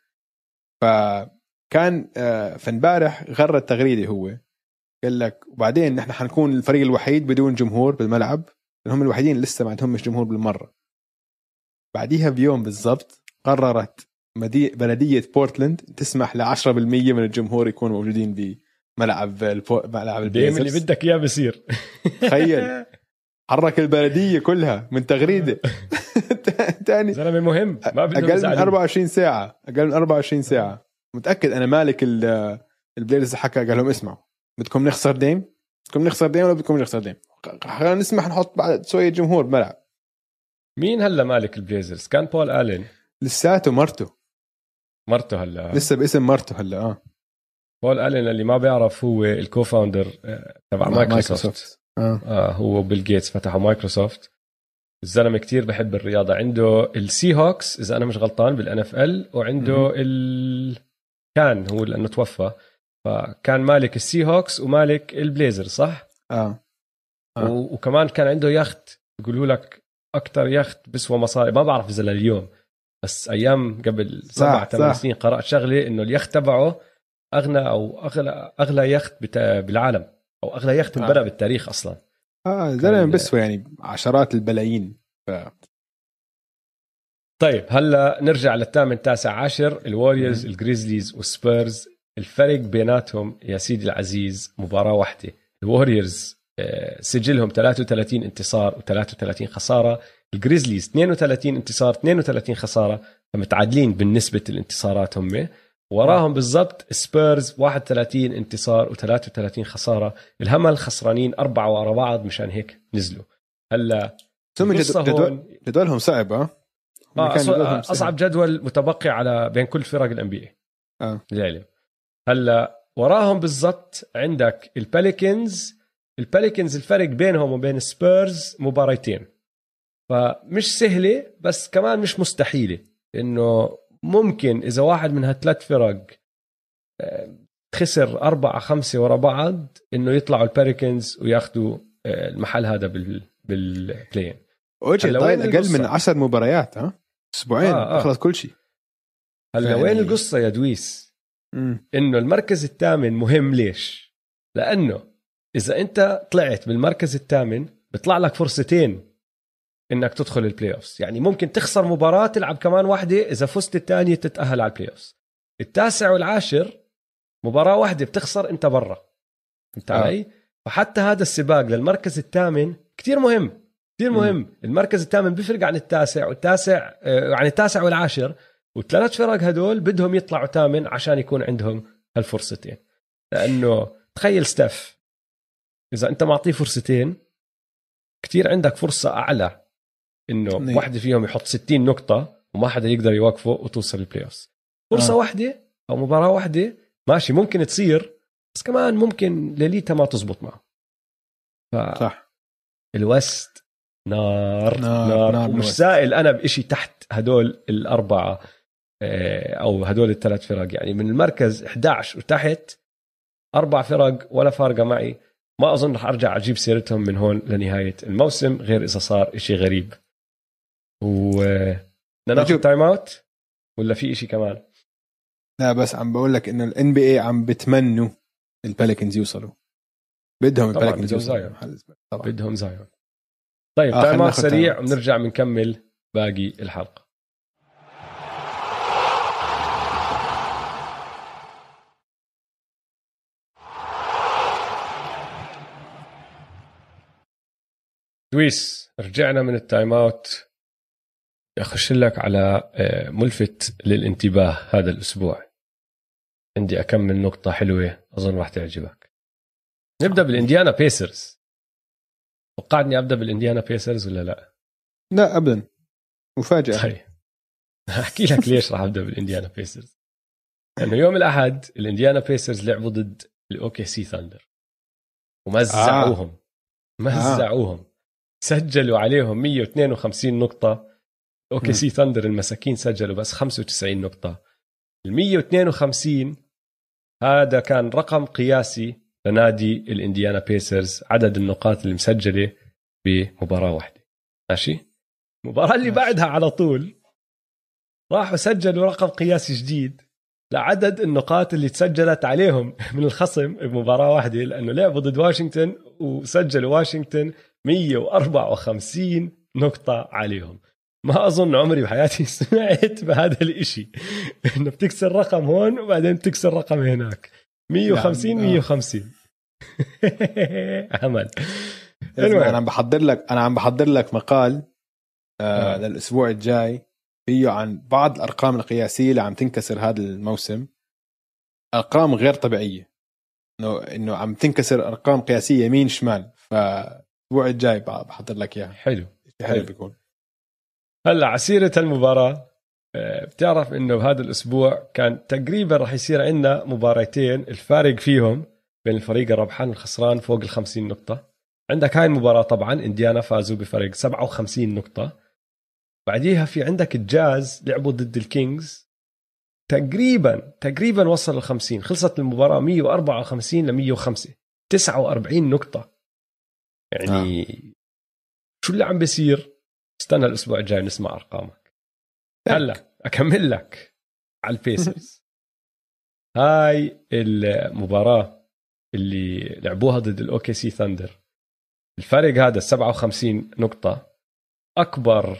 فكان فنبارح غرد تغريده، هو قال لك وبعدين نحن حنكون الفريق الوحيد بدون جمهور بالملعب، لأنهم الوحيدين لسه ما عندهمش جمهور بالمره. بعديها بيوم بالضبط قررت بلدية بورتلاند تسمح ل عشرة بالمية من الجمهور يكونوا موجودين بملعب البو... ملعب البليزرز. اللي بدك اياه بصير. تخيل حرك البلدية كلها من تغريدة. تاني زلمة مهم، ما أقل من أربعة وعشرين ساعة، أقل من أربعة وعشرين ساعة. متأكد أنا مالك البليزرز حكى قال لهم اسمعوا بدكم نخسر ديم، بدكم نخسر ديم ولا بدكم نخسر ديم؟ خلينا نسمح نحط بعد شويه جمهور بملعب. مين هلا مالك البليزرز؟ كان بول آلين لساته مرته مرته هلا لسه باسم مرته هلا. اه بول آلين اللي ما بيعرف هو الكوفاوندر تبع مايكروسوفت. آه. اه هو بيل جيتس فتحوا مايكروسوفت. الزلمه كتير بحب الرياضه. عنده السي هوكس اذا انا مش غلطان بالان اف ال، وعنده ال كان هو لانه توفى، فكان مالك السي هوكس ومالك البليزر صح. اه, آه. وكمان كان عنده يخت بيقولوا لك اكتر يخت بسوى مصاري، ما بعرف اذا لليوم بس ايام قبل سبع ثمان سنين قرات شغله انه اليخت تبعه اغنى او اغلى اغلى يخت بالعالم، او اغلى يخت انبنى آه. بالتاريخ اصلا. اه زلمه بسوى يعني عشرات البلايين. ف... طيب هلا نرجع للثامن تاسع عاشر، الواريورز الجريزليز والسبيرز. الفرق بيناتهم يا سيدي العزيز مباراة واحدة. الواريورز سجلهم ثلاثة وثلاثين انتصار و33 خسارة، الجريزليز اثنين وثلاثين انتصار اثنين وثلاثين خسارة، فمتعادلين بالنسبة الانتصارات هم. وراهم بالضبط سبيرز واحد وثلاثين انتصار و33 خسارة. الهمل خسرانين أربعة ورا بعض مشان هيك نزلوا. هلا جدول جدولهم صعب. اه آه أصعب جدول متبقي على بين كل فرق الان بي اي اه العالم. هلا وراهم بالضبط عندك الباليكنز. الباليكنز الفرق بينهم وبين سبيرز مباريتين، فمش سهلة بس كمان مش مستحيلة، إنه ممكن إذا واحد من هالثلاث فرق خسر أربعة خمسة ورا بعض إنه يطلعوا الباليكنز وياخدوا المحل هذا بال بالبلاين. وجه ضايل أقل من عشر مباريات ها أسبوعين آه آه. أخلص كل شيء. هلا يعني... وين القصة يا دويس؟ مم. إنه المركز الثامن مهم. ليش؟ لأنه إذا أنت طلعت بالمركز الثامن بيطلع لك فرصتين إنك تدخل البلاي أوفس. يعني ممكن تخسر مباراة تلعب كمان واحدة، إذا فزت الثانية تتأهل على البلاي أوفس. التاسع والعاشر مباراة واحدة بتخسر أنت برا. أنت آه. علي؟ فحتى هذا السباق للمركز الثامن كتير مهم كتير مهم. م. المركز الثامن بيفرق عن التاسع والتاسع آه عن التاسع والعاشر، والثلاث فرق هدول بدهم يطلعوا ثامن عشان يكون عندهم هالفرصتين. لأنه تخيل ستاف إذا أنت معطيه فرصتين كتير عندك فرصة أعلى إنه ني. واحدة فيهم يحط ستين نقطة وما حدا يقدر يوقفه وتوصل البلاي أوفس. فرصة آه. واحدة أو مباراة واحدة ماشي ممكن تصير، بس كمان ممكن ليلتها ما تزبط معه. ف... صح. الوست نار نار, نار. نار ومش سائل أنا بإشي تحت هدول الأربعة أو هدول الثلاث فرق. يعني من المركز إحدى عشر وتحت أربع فرق ولا فارقة معي. ما أظن رح أرجع أجيب سيرتهم من هون لنهاية الموسم غير إذا صار إشي غريب. وناخذ تايم أوت ولا في إشي كمان؟ لا بس عم بقول لك إنه ال إن بي إيه عم بتمنوا الباليكنز يوصلوا. بدهم الباليكنز يوصلوا. بدهم زايون. طيب آه تايم أوت سريع ونرجع بنكمل باقي الحلقة. دويس رجعنا من التايم اوت. أخش لك على ملفت للانتباه هذا الأسبوع. عندي أكمل نقطة حلوة أظن راح تعجبك. نبدأ بالإنديانا بيسرز. توقعتني أبدأ بالإنديانا بيسرز ولا لا؟ لا أبدا مفاجأة. طيب أحكي لك ليش راح أبدأ بالإنديانا بيسرز. لأنه يوم الأحد الإنديانا بيسرز لعبوا ضد الأوكي سي ثاندر ومزعوهم آه. مزعوهم آه. سجلوا عليهم مية واثنين وخمسين نقطة. أوكي سي ثاندر المساكين سجلوا بس خمسة وتسعين نقطة. ال مية واثنين وخمسين هذا كان رقم قياسي لنادي الإنديانا بيسرز، عدد النقاط اللي مسجلة بمباراة واحدة. ماشي. المباراة اللي ماشي. بعدها على طول راحوا سجلوا رقم قياسي جديد لعدد النقاط اللي تسجلت عليهم من الخصم بمباراة واحدة، لأنه لعبوا ضد واشنطن وسجلوا واشنطن مية وأربعة وخمسين نقطة عليهم. ما أظن عمري بحياتي سمعت بهذا الإشي إنه بتكسر رقم هون وبعدين بتكسر رقم هناك. مية وخمسين مية وخمسين عمل. أنا عم بحضر لك أنا عم بحضر لك مقال آه آه. للأسبوع الجاي فيه عن بعض الأرقام القياسية اللي عم تنكسر هذا الموسم. أرقام غير طبيعية. انه انه عم تنكسر ارقام قياسيه يمين شمال. فالاسبوع الجاي بحضر لك اياها. حلو حلو بيكون. هلا عسيرة المباراة، بتعرف انه بهذا الاسبوع كان تقريبا راح يصير عندنا مباراتين الفارق فيهم بين الفريق الربحان والخسران فوق الخمسين نقطة. عندك هاي المباراة طبعا انديانا فازوا بفرق سبعة وخمسين نقطة، بعديها في عندك الجاز لعبوا ضد الكينجز تقريبا تقريبا وصل الخمسين، خلصت المباراة مية وأربعة وخمسين لمية وخمسة، تسعة وأربعين نقطة. يعني آه. شو اللي عم بيصير؟ استنى الأسبوع الجاي نسمع أرقامك. هلا أكمل لك على البيسرز. هاي المباراة اللي لعبوها ضد الأوكي سي ثاندر، الفرق هذا سبعة وخمسين نقطة أكبر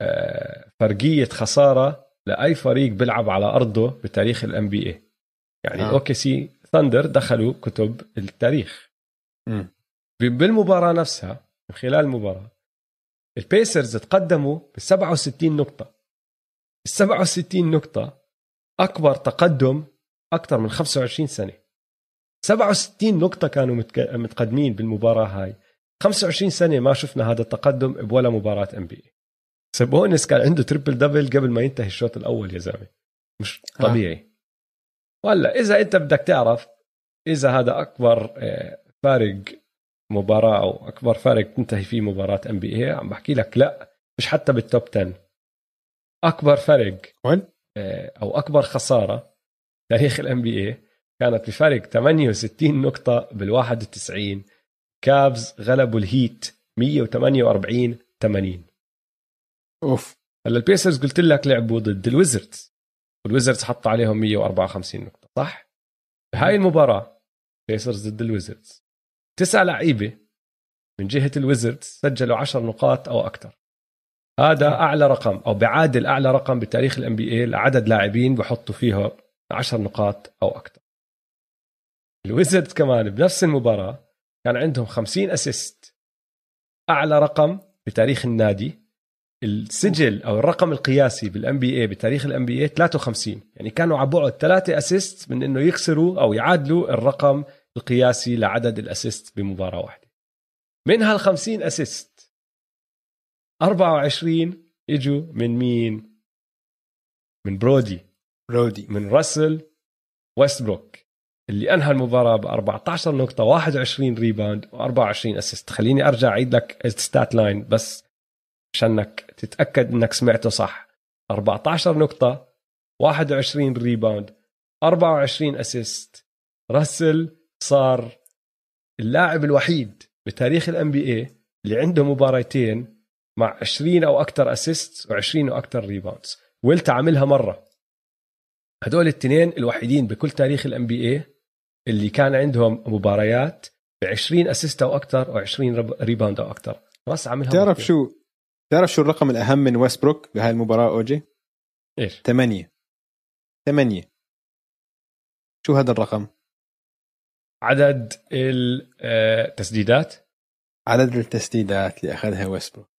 فرقية خسارة لأي فريق بيلعب على أرضه بتاريخ الام بي اي. يعني آه. أوكي سي ثاندر دخلوا كتب التاريخ. م. بالمباراة نفسها من خلال المباراة البيسرز تقدموا بسبعة وستين نقطة. السبعة وستين نقطة أكبر تقدم أكثر من خمسة وعشرين سنة. سبعة وستين نقطة كانوا متقدمين بالمباراة هاي. خمسة وعشرين سنة ما شفنا هذا التقدم بولا مباراة ام بي اي. سابونس كان عنده تريبل دبل قبل ما ينتهي الشوط الأول يا زلمة، مش طبيعي. آه. ولا إذا أنت بدك تعرف إذا هذا أكبر فارق مباراة أو أكبر فارق تنتهي فيه مباراة ام بي اي، عم بحكي لك لا، مش حتى بالتوب عشرة. أكبر فرق أو أكبر خسارة تاريخ الام بي اي كانت بفرق ثمانية وستين نقطة بالواحد وتسعين. كابز غلبوا الهيت مية وثمانية وأربعين ثمانين. اوف. هلا البيسرز قلت لك لعبوا ضد الويزردز، والويزردز حط عليهم مية وأربعة وخمسين نقطة صح؟ بهاي المباراة بيسرز ضد الويزردز تسع لعيبة من جهة الويزردز سجلوا عشر نقاط أو أكثر. هذا أعلى رقم أو بعادل أعلى رقم بتاريخ الام بي اي لعدد لاعبين بحطوا فيها عشر نقاط أو أكثر. الويزردز كمان بنفس المباراة كان عندهم خمسين أسيست، أعلى رقم بتاريخ النادي. السجل أو الرقم القياسي بالان بي اي بتاريخ الان بي اي ثلاثة وخمسين، يعني كانوا على بعد ثلاثة أسيست من إنه يكسروا أو يعادلوا الرقم القياسي لعدد الأسيست بمباراة واحدة. من هالخمسين أسيست أربعة وعشرين إجوا من مين؟ من برودي برودي من راسل ويستبروك اللي أنهى المباراة ب أربعة عشر نقطة واحد وعشرين ريباوند وأربعة وعشرين أسيست. خليني أرجع أعيد لك الستات لاين بس عشانك تتأكد أنك سمعته صح. أربعة عشر نقطة واحد وعشرين ريباوند أربعة وعشرين أسيست. راسل صار اللاعب الوحيد بتاريخ الام بي اي اللي عنده مباراتين مع عشرين أو أكتر أسيست وعشرين أو أكتر ريباوندز. ويلت عملها مرة. هدول التنين الوحيدين بكل تاريخ الام بي اي اللي كان عندهم مباريات بعشرين أسيست أو أكتر وعشرين ريباوند أو أكتر. راس عملها. تعرف مرتين. شو تعرف شو الرقم الأهم من ويستبروك بهاي المباراة أوجي؟ إيش؟ ثمانية. ثمانية. شو هذا الرقم؟ عدد التسديدات. عدد التسديدات اللي أخذها ويستبروك.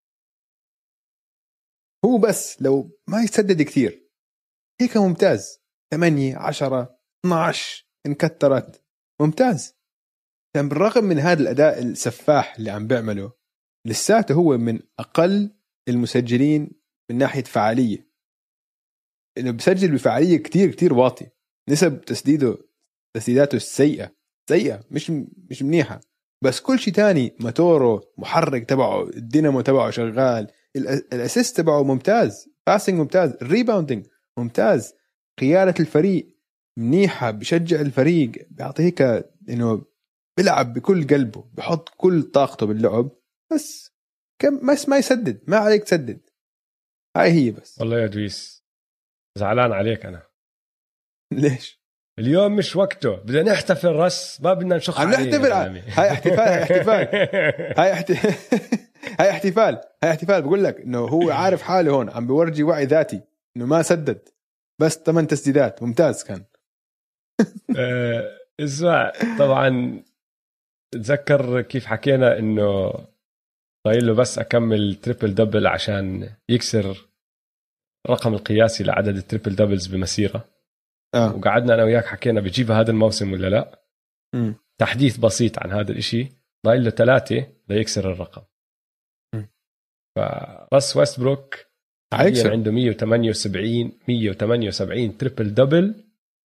هو بس لو ما يسدد كثير هيك ممتاز. ثمانية عشرة اثنا عشر انكترت ممتاز. كان بالرغم من هذا الأداء السفاح اللي عم بيعمله لساته هو من أقل المسجلين من ناحية فعالية. إنه بسجل بفعالية كتير كتير واطي. نسب تسديده تسديداته سيئة سيئة مش مش منيحة. بس كل شيء تاني موتوره محرك تبعه الدينامو تبعه شغال. الأسيست تبعه ممتاز. باسنج ممتاز. الريباوندينج ممتاز. قيادة الفريق منيحة. بشجع الفريق بيعطيك إنه بيلعب بكل قلبه بحط كل طاقته باللعب. بس كم ما ما يسدد. ما عليك تسدد. هاي هي بس. والله يا دويس زعلان عليك أنا. ليش؟ اليوم مش وقته. بدنا نحتفل رس ما بدنا نشخ عليه. نحتفل. هاي احتفال. هاي احتفال. هاي احتفال. هاي احتفال. هاي احتفال. بقول لك إنه هو عارف حاله هون عم بورجي وعي ذاتي إنه ما سدد بس ثمان تسديدات ممتاز كان. اسمع طبعا تذكر كيف حكينا إنه طايل له بس أكمل تريبل دبل عشان يكسر الرقم القياسي لعدد التريبل دبلز بمسيرة. آه. وقعدنا أنا وياك حكينا بيجيبها هذا الموسم ولا لا. م. تحديث بسيط عن هذا الاشي، ضايل له ثلاثة ليكسر الرقم. م. فراس ويستبروك هيكسر عنده مية وثمانية وسبعين مية وثمانية وسبعين تريبل دبل،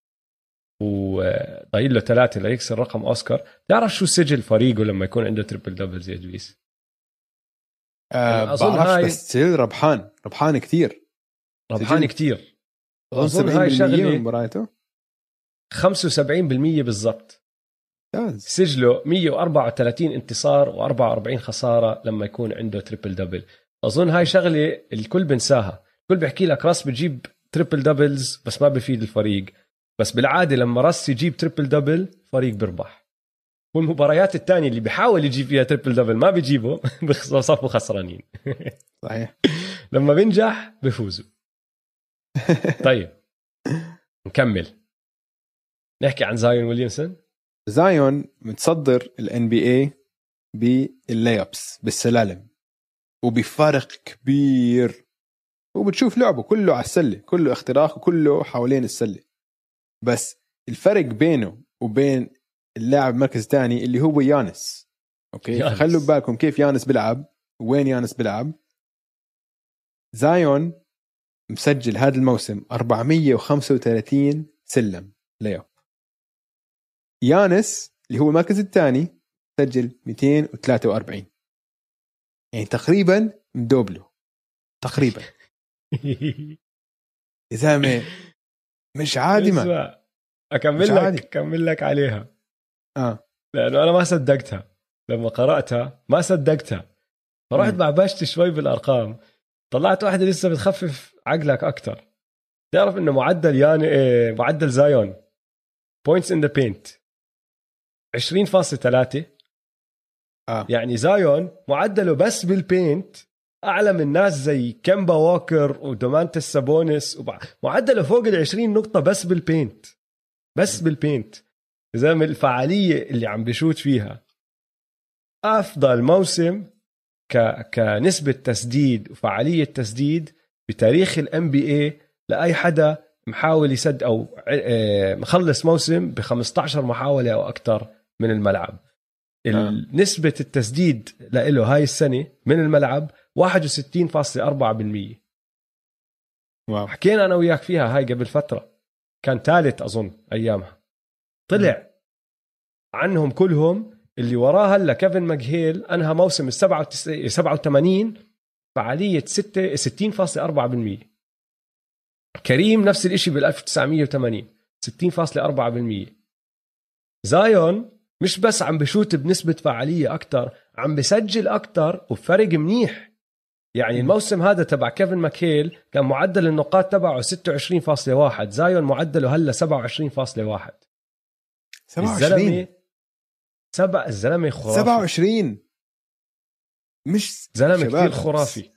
وضايل له ثلاثة ليكسر رقم أوسكار. تعرف شو سجل فريقه لما يكون عنده تريبل دبل زي دويس؟ أه أظن هاي بس ربحان ربحان كتير ربحان كتير أظن هاي شغلة من مبارياته خمسة وسبعين بالمية بالضبط. سجله مية وأربعة وثلاثين انتصار وأربعة وأربعين خسارة لما يكون عنده تريبل دبل. أظن هاي شغلة الكل بنساها. الكل بيحكي لك راس بتجيب تريبل دبلز بس ما بفيد الفريق، بس بالعادة لما راس يجيب تريبل دبل فريق بربح، والمباريات الثانية اللي بيحاول يجيب فيها تريبل دبل ما بيجيبه بصفوا خسرانين. صحيح. لما بنجح بفوزوا. طيب نكمل نحكي عن زايون ويليامسون. زايون متصدر ال إن بي إيه باللايبس بالسلالم وبفارق كبير، وبتشوف لعبه كله على السلة، كله اختراق وكله حوالين السلة، بس الفرق بينه وبين اللاعب مركز تاني اللي هو يانس. اوكي يانس. خلوا بالكم كيف يانس بيلعب وين يانس بيلعب. زايون مسجل هذا الموسم أربعمية وخمسة وثلاثين سلم لايب، يانس اللي هو المركز الثاني سجل مئتين وثلاثة وأربعين، يعني تقريبا مدوبله تقريبا. يا زلمه مش عادي. ما اكمل لك عادي. اكمل لك عليها اه لانه انا ما صدقتها لما قراتها، ما صدقتها، فرحت بعبشت شوي بالارقام، طلعت واحده لسه بتخفف عقلك اكتر. تعرف انه معدل يعني إيه معدل زايون points in the paint عشرين فاصلة ثلاثة. آه. يعني زايون معدله بس بالبينت أعلى من ناس زي كيمبا ووكر ودومانتس سابونس، معدله فوق العشرين نقطة بس بالبينت، بس بالبينت. زي ما الفعالية اللي عم بشوت فيها أفضل موسم ك... كنسبة تسديد وفعالية تسديد بتاريخ ال إن بي إيه لأي حدا محاول يسد أو مخلص موسم ب خمسة عشر محاولة أو أكتر من الملعب. نسبة التسديد له هاي السنة من الملعب واحد وستين فاصلة أربعة بالمية. واو. حكينا أنا وياك فيها هاي قبل فترة، كان ثالث أظن أيامها، طلع م. عنهم كلهم اللي وراها هلا كيفن ماجهيل أنهى موسم السبعة وثمانين فعالية ستين فاصلة أربعة بالمية. كريم نفس الاشي بال ألف وتسعمية وثمانين ستين فاصلة أربعة بالمية. زايون مش بس عم بشوت بنسبة فعالية أكتر، عم بسجل أكتر وفرق منيح. يعني الموسم هذا تبع كيفن ماكهيل كان معدل النقاط تبعه ستة وعشرين فاصلة واحد، زايون معدله هلا سبعة وعشرين فاصلة واحد. سبعة وعشرين سبع الزلمة خرافي. سبعة وعشرين مش زلمة كتير خرافي.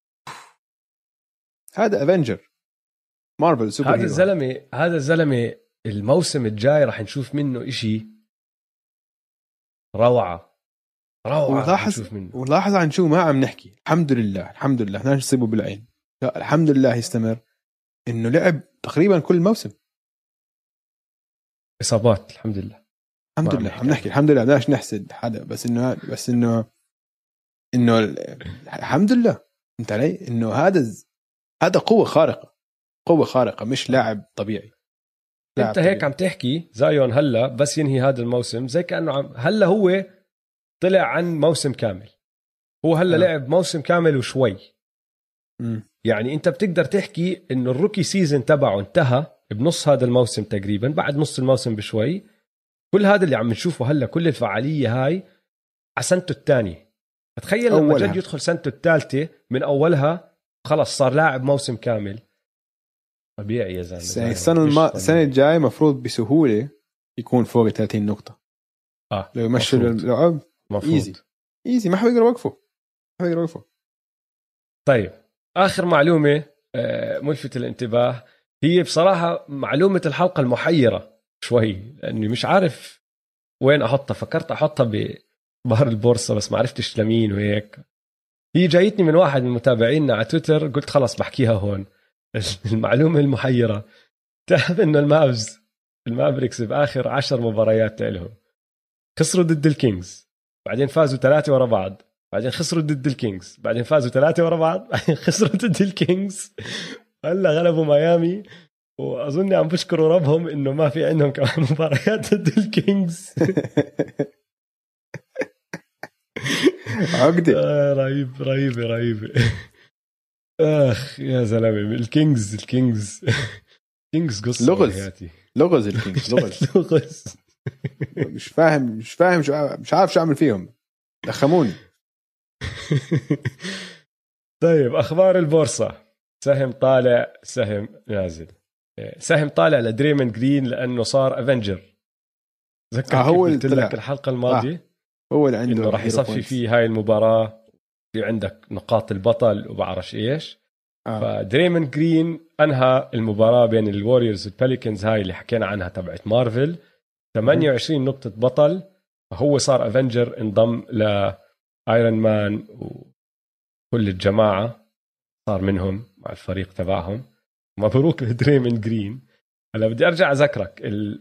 هذا أفنجر مارفل سوبر هذا الزلمة هذا الزلمة الموسم الجاي راح نشوف منه إشي روعة روعة. ولاحظ ولاحظ عن شو ما عم نحكي. الحمد لله الحمد لله لا نصيبه بالعين، لا الحمد لله يستمر إنه لعب تقريبا كل موسم. إصابات الحمد لله الحمد لله عم نحكي الحمد لله بدناش نحسد حدا، بس إنه بس إنه إنه الحمد لله أنت علي إنه هذا هذا قوة خارقة، قوة خارقة مش لاعب طبيعي. لاعب انت هيك طبيعي. عم تحكي زايون هلا بس ينهي هذا الموسم زي كأنه عم هلا هو طلع عن موسم كامل، هو هلا أه. لعب موسم كامل وشوي. م. يعني انت بتقدر تحكي انه الروكي سيزن تبعه انتهى بنص هذا الموسم تقريبا، بعد نص الموسم بشوي. كل هذا اللي عم نشوفه هلا كل الفعالية هاي على سنته الثانية. تخيل لما جد يدخل سنته الثالثة من أولها خلص صار لاعب موسم كامل. طبيعي يا زلمه. السنه الم... السنه الجايه مفروض بسهوله يكون فوق ثلاثين نقطه. اه لو يمشوا اللعب ايزي ايزي ما حيقدروا يوقفوا ما حيقدروا يوقفوا. طيب اخر معلومه ملفته للانتباه هي بصراحه معلومه الحلقه المحيره شوي، لاني مش عارف وين احطها. فكرت احطها بظهر البورصه بس ما عرفتش لمين وهيك. هي جايتني من واحد من متابعينا على تويتر، قلت خلاص بحكيها هون. المعلومة المحيرة، تعرف إنه المافز المافريكس بآخر عشر مباريات لهم خسروا ضد الكينجز، بعدين فازوا ثلاثة ورا بعض، بعدين خسروا ضد الكينجز، بعدين فازوا ثلاثة ورا بعض، بعدين خسروا ضد الكينجز، هلا غلبوا ميامي، وأظن عم بشكروا ربهم إنه ما في عندهم كمان مباريات ضد الكينجز. عقدة. آه رهيب رهيبة رهيبة. آخ يا زلمة الكينجز الكينجز كينجز قصة لغز لغز الكينجز لغز لغز. مش فاهم مش فاهم شو مش عارف شو أعمل فيهم، دخموني. طيب أخبار البورصة، سهم طالع سهم نازل. سهم طالع لدريمن جرين لأنه صار أفنجر. ذكر آه هو قلت لك الحلقة الماضية آه هو اللي عنده إنه راح يصفي فيه هاي المباراة، في عندك نقاط البطل وبعرفش إيش. آه. فدريمن جرين أنهى المباراة بين الواريورز والباليكنز هاي اللي حكينا عنها تبعت مارفل، ثمانية وعشرين نقطة بطل، فهو صار أفنجر، انضم لآيرون مان وكل الجماعة صار منهم مع الفريق تبعهم. مبروك لدريمن جرين. هلا بدي أرجع أذكرك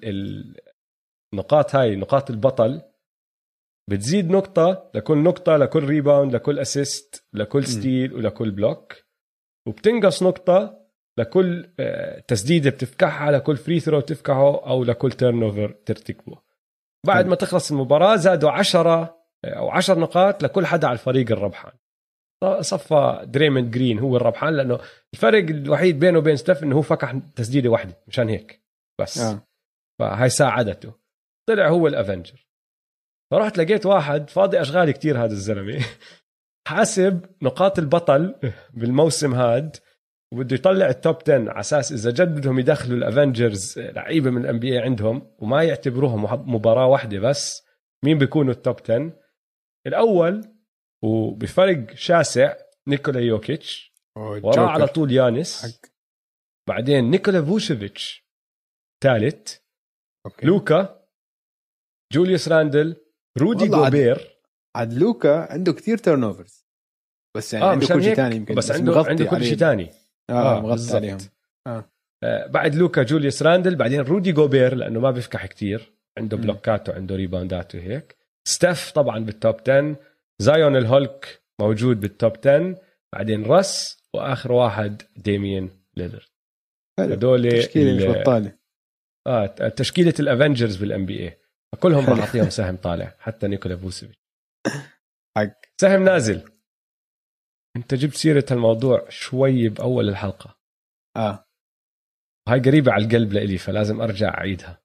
النقاط هاي، نقاط البطل بتزيد نقطة لكل نقطة، لكل ريباوند، لكل أسيست، لكل ستيل ولكل بلوك، وبتنقص نقطة لكل تسديدة بتفكحها، لكل فري ثرو بتفكحه، أو لكل تيرن اوفر ترتكبه. بعد ما تخلص المباراة زادوا عشرة أو عشر نقاط لكل حدا على الفريق الربحان. صفى دريموند جرين هو الربحان، لأنه الفرق الوحيد بينه وبين ستيف إنه هو فكح تسديدة واحدة مشان هيك بس. آه. فهاي ساعدته، طلع هو الأفنجر. فرحت لقيت واحد فاضي أشغال كتير، هذا الزلمة حاسب نقاط البطل بالموسم هاد، وبده يطلع التوب عشرة على أساس إذا جد بدهم يدخلوا الأفنجرز لعيبة من الأن بي إيه عندهم وما يعتبروهم مباراة واحدة بس، مين بيكونوا التوب عشرة؟ الأول وبفرق شاسع نيكولا يوكيتش، وراه على طول يانس حق. بعدين نيكولا فوشيفيتش ثالث، لوكا، جوليوس راندل، رودي جوبير. عاد لوكا عنده كتير تيرن اوفرز، بس يعني آه عنده كل شيء ثاني يمكن، بس, بس عنده عنده كل شيء ثاني اه, آه مغطي عليهم. آه. آه بعد لوكا جوليوس راندل، بعدين رودي جوبير لانه ما بيفكح كتير، عنده بلوكات وعنده ريباوندات وهيك. ستيف طبعا بالتوب عشرة، زايون الهولك موجود بالتوب عشرة، بعدين رس، واخر واحد ديميان ليلر. هذول تشكيله مش بطاله. اه تشكيله الافنجرز بالان بي اي كلهم راح اعطيهم سهم طالع، حتى نيكولا فوسيفيتش حق سهم نازل. انت جبت سيره الموضوع شوي باول الحلقه، اه هاي قريبه على القلب لإلي، فلازم ارجع اعيدها.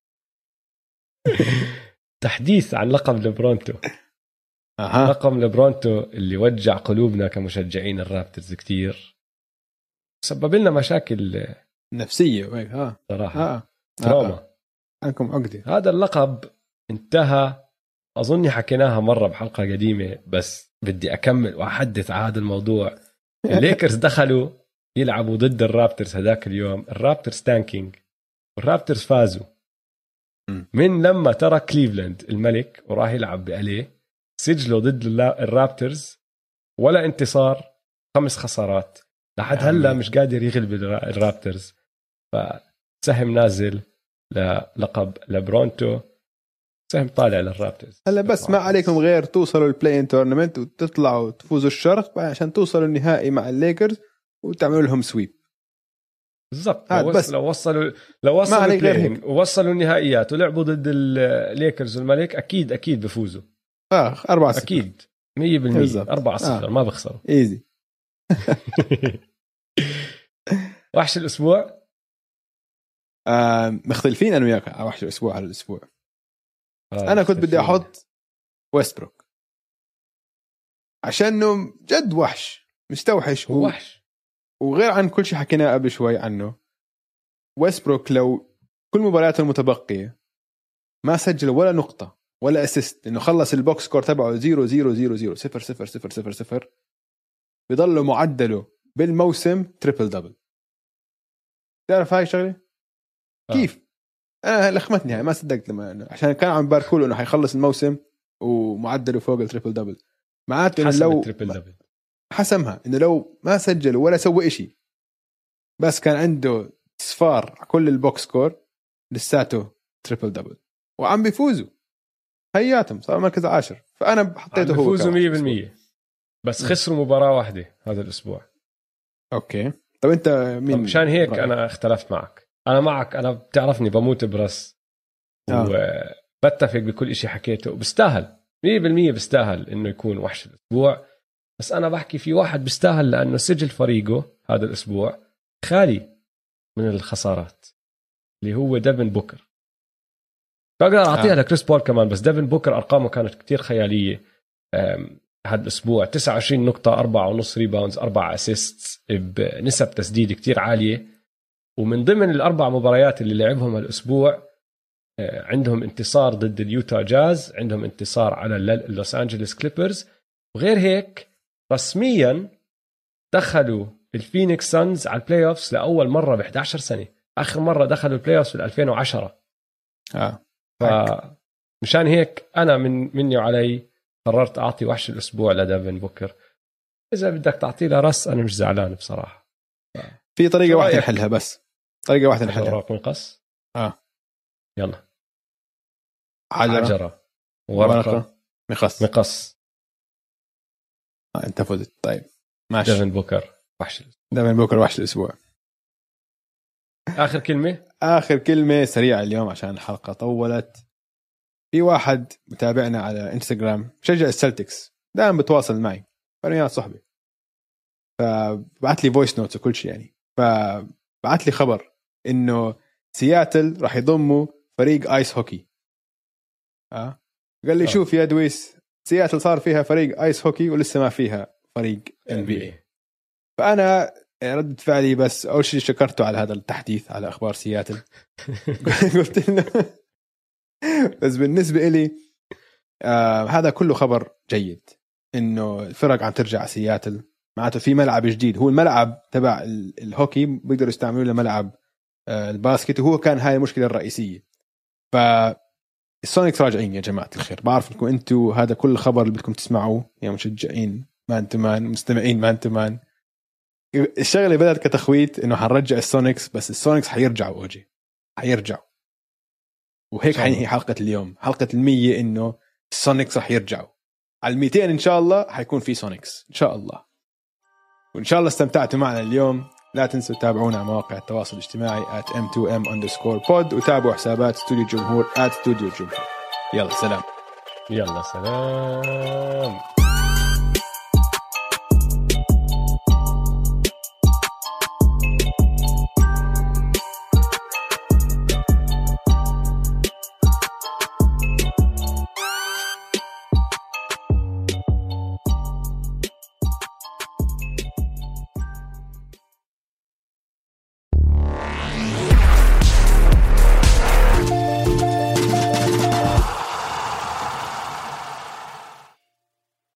تحديث عن لقب لبرونتو. أه. لقب لبرونتو اللي وجع قلوبنا كمشجعين الرابترز كتير، سبب لنا مشاكل نفسيه وهيك. اه صراحه آه. تراما. آه. عندكم عقده. هذا اللقب انتهى، أظني حكيناها مرة بحلقة قديمة، بس بدي أكمل وأحدث على هذا الموضوع. الليكرز دخلوا يلعبوا ضد الرابترز هذاك اليوم، الرابترز تانكينج، والرابترز فازوا. من لما ترك كليفلاند الملك وراح يلعب بأليه، سجلوا ضد الرابترز ولا انتصار، خمس خسارات لحد هلا، مش قادر يغلب الرابترز. فسهم نازل للقب لبرونتو، سهم طالع للرابترز. هلا بس ما عليكم غير توصلوا البلاي ان تورنمنت وتطلعوا تفوزوا الشرق عشان توصلوا النهائي مع الليكرز وتعملوا لهم سويب. بالضبط. لو, بس لو وصلوا لو وصلوا البلاي ووصلوا النهائيات ولعبوا ضد الليكرز والملك، اكيد اكيد بفوزوا. اه أربعة صفر اكيد مية بالمية أربعة صفر. آه. ما بخسروا ايزي. وحش الاسبوع. آه مختلفين انا وياك على وحش الاسبوع. على الاسبوع آه انا كنت بدي احط ويستبروك عشانه جد وحش مستوحش و... وحش. وغير عن كل شيء حكيناه قبل شوي عنه، ويستبروك لو كل مبارياته المتبقية ما سجل ولا نقطة ولا اسيست، انه خلص البوكس سكور تبعه زيرو زيرو زيرو زيرو صفر صفر صفر صفر صفر، بيضل معدله بالموسم تريبل دبل. تعرف هاي شغلة آه. كيف؟ انا لخمتني هاي، ما صدقت لما عشان كان عم باركوله انه حيخلص الموسم ومعدله فوق التريبل دبل. معناته انه لو دبل. حسمها انه لو ما سجل ولا سوى إشي، بس كان عنده صفار كل البوكس سكور، لساته تريبل دبل وعم بيفوزوا. هياتهم صار مركز عاشر، فانا حطيته هو فوزوا مية بالمية بس خسروا مباراة واحدة هذا الاسبوع. اوكي طب انت مين؟ طب مشان هيك رأيك؟ انا اختلفت معك. انا معك، انا بتعرفني بموت برس آه. وبتفق بكل إشي حكيته، وبستاهل مية بالمية بستاهل انه يكون وحش الاسبوع. بس انا بحكي في واحد بستاهل لانه سجل فريقه هذا الاسبوع خالي من الخسارات اللي هو ديفن بوكر. بقدر اعطيها آه. لكريس بول كمان، بس ديفن بوكر ارقامه كانت كتير خياليه هذا الاسبوع. تسعة وعشرين نقطه، أربعة ونص ريباوندز، أربعة اسيستس، بنسب تسديد كتير عاليه. ومن ضمن الاربع مباريات اللي لعبهم هالاسبوع عندهم انتصار ضد اليوتا جاز، عندهم انتصار على اللوس أنجلوس كليبرز، وغير هيك رسميا دخلوا الفينيكس سانز على البلاي اوفز لاول مره ب إحدى عشرة سنه. اخر مره دخلوا البلاي اوفز في ألفين وعشرة. اه فمشان هيك انا من مني وعلي قررت اعطي وحش الاسبوع لديفن بوكر. اذا بدك تعطي له راس انا مش زعلان بصراحه. في طريقه واحده نحلها، بس طريقه واحده نحلها. وراك مقص اه يلا عجرة, عجرة. ورقه, ورقة. مقص مقص آه، انت فزت. طيب ماشي. ديفن بوكر وحش ديفن بوكر وحش الاسبوع. اخر كلمه اخر كلمه سريعه اليوم عشان الحلقه طولت. في واحد متابعنا على انستغرام شجع السلتكس، دائما بتواصل معي، فانا صاحبي، فبعت لي فويس نوتس وكل شيء يعني. فبعت لي خبر انه سياتل راح يضموا فريق ايس هوكي. اه قال لي أوه. شوف يا دويس، سياتل صار فيها فريق ايس هوكي ولسه ما فيها فريق ان بي اي. فانا ردت فعلي بس اول شيء شكرته على هذا التحديث على اخبار سياتل. قلت له بس بالنسبه لي آه هذا كله خبر جيد، انه الفرق عم ترجع سياتل، معناته في ملعب جديد. هو الملعب تبع الهوكي بيقدروا يستعملوه لملعب آه الباسكت، وهو كان هاي المشكله الرئيسيه. ف السونيكس راجعين يا جماعه الخير. بعرف انكم انتم هذا كل خبر اللي بدكم تسمعوه يا مشجعين ما انتم مان، مستمعين ما انتم مان. الشغله بدات كتخويت انه حنرجع السونيكس، بس السونيكس حيرجعوا اوجي، حيرجعوا. وهيك حينهي حلقه اليوم، حلقه المية، انه السونيكس راح يرجعوا. على الميتين ان شاء الله حيكون في سونيكس ان شاء الله. وان شاء الله استمتعتوا معنا اليوم. لا تنسوا تتابعونا على مواقع التواصل الاجتماعي آت إم تو إم أندرسكور بود، وتابعوا حسابات استوديو الجمهور آت استوديو الجمهور. يلا سلام. يلا سلام.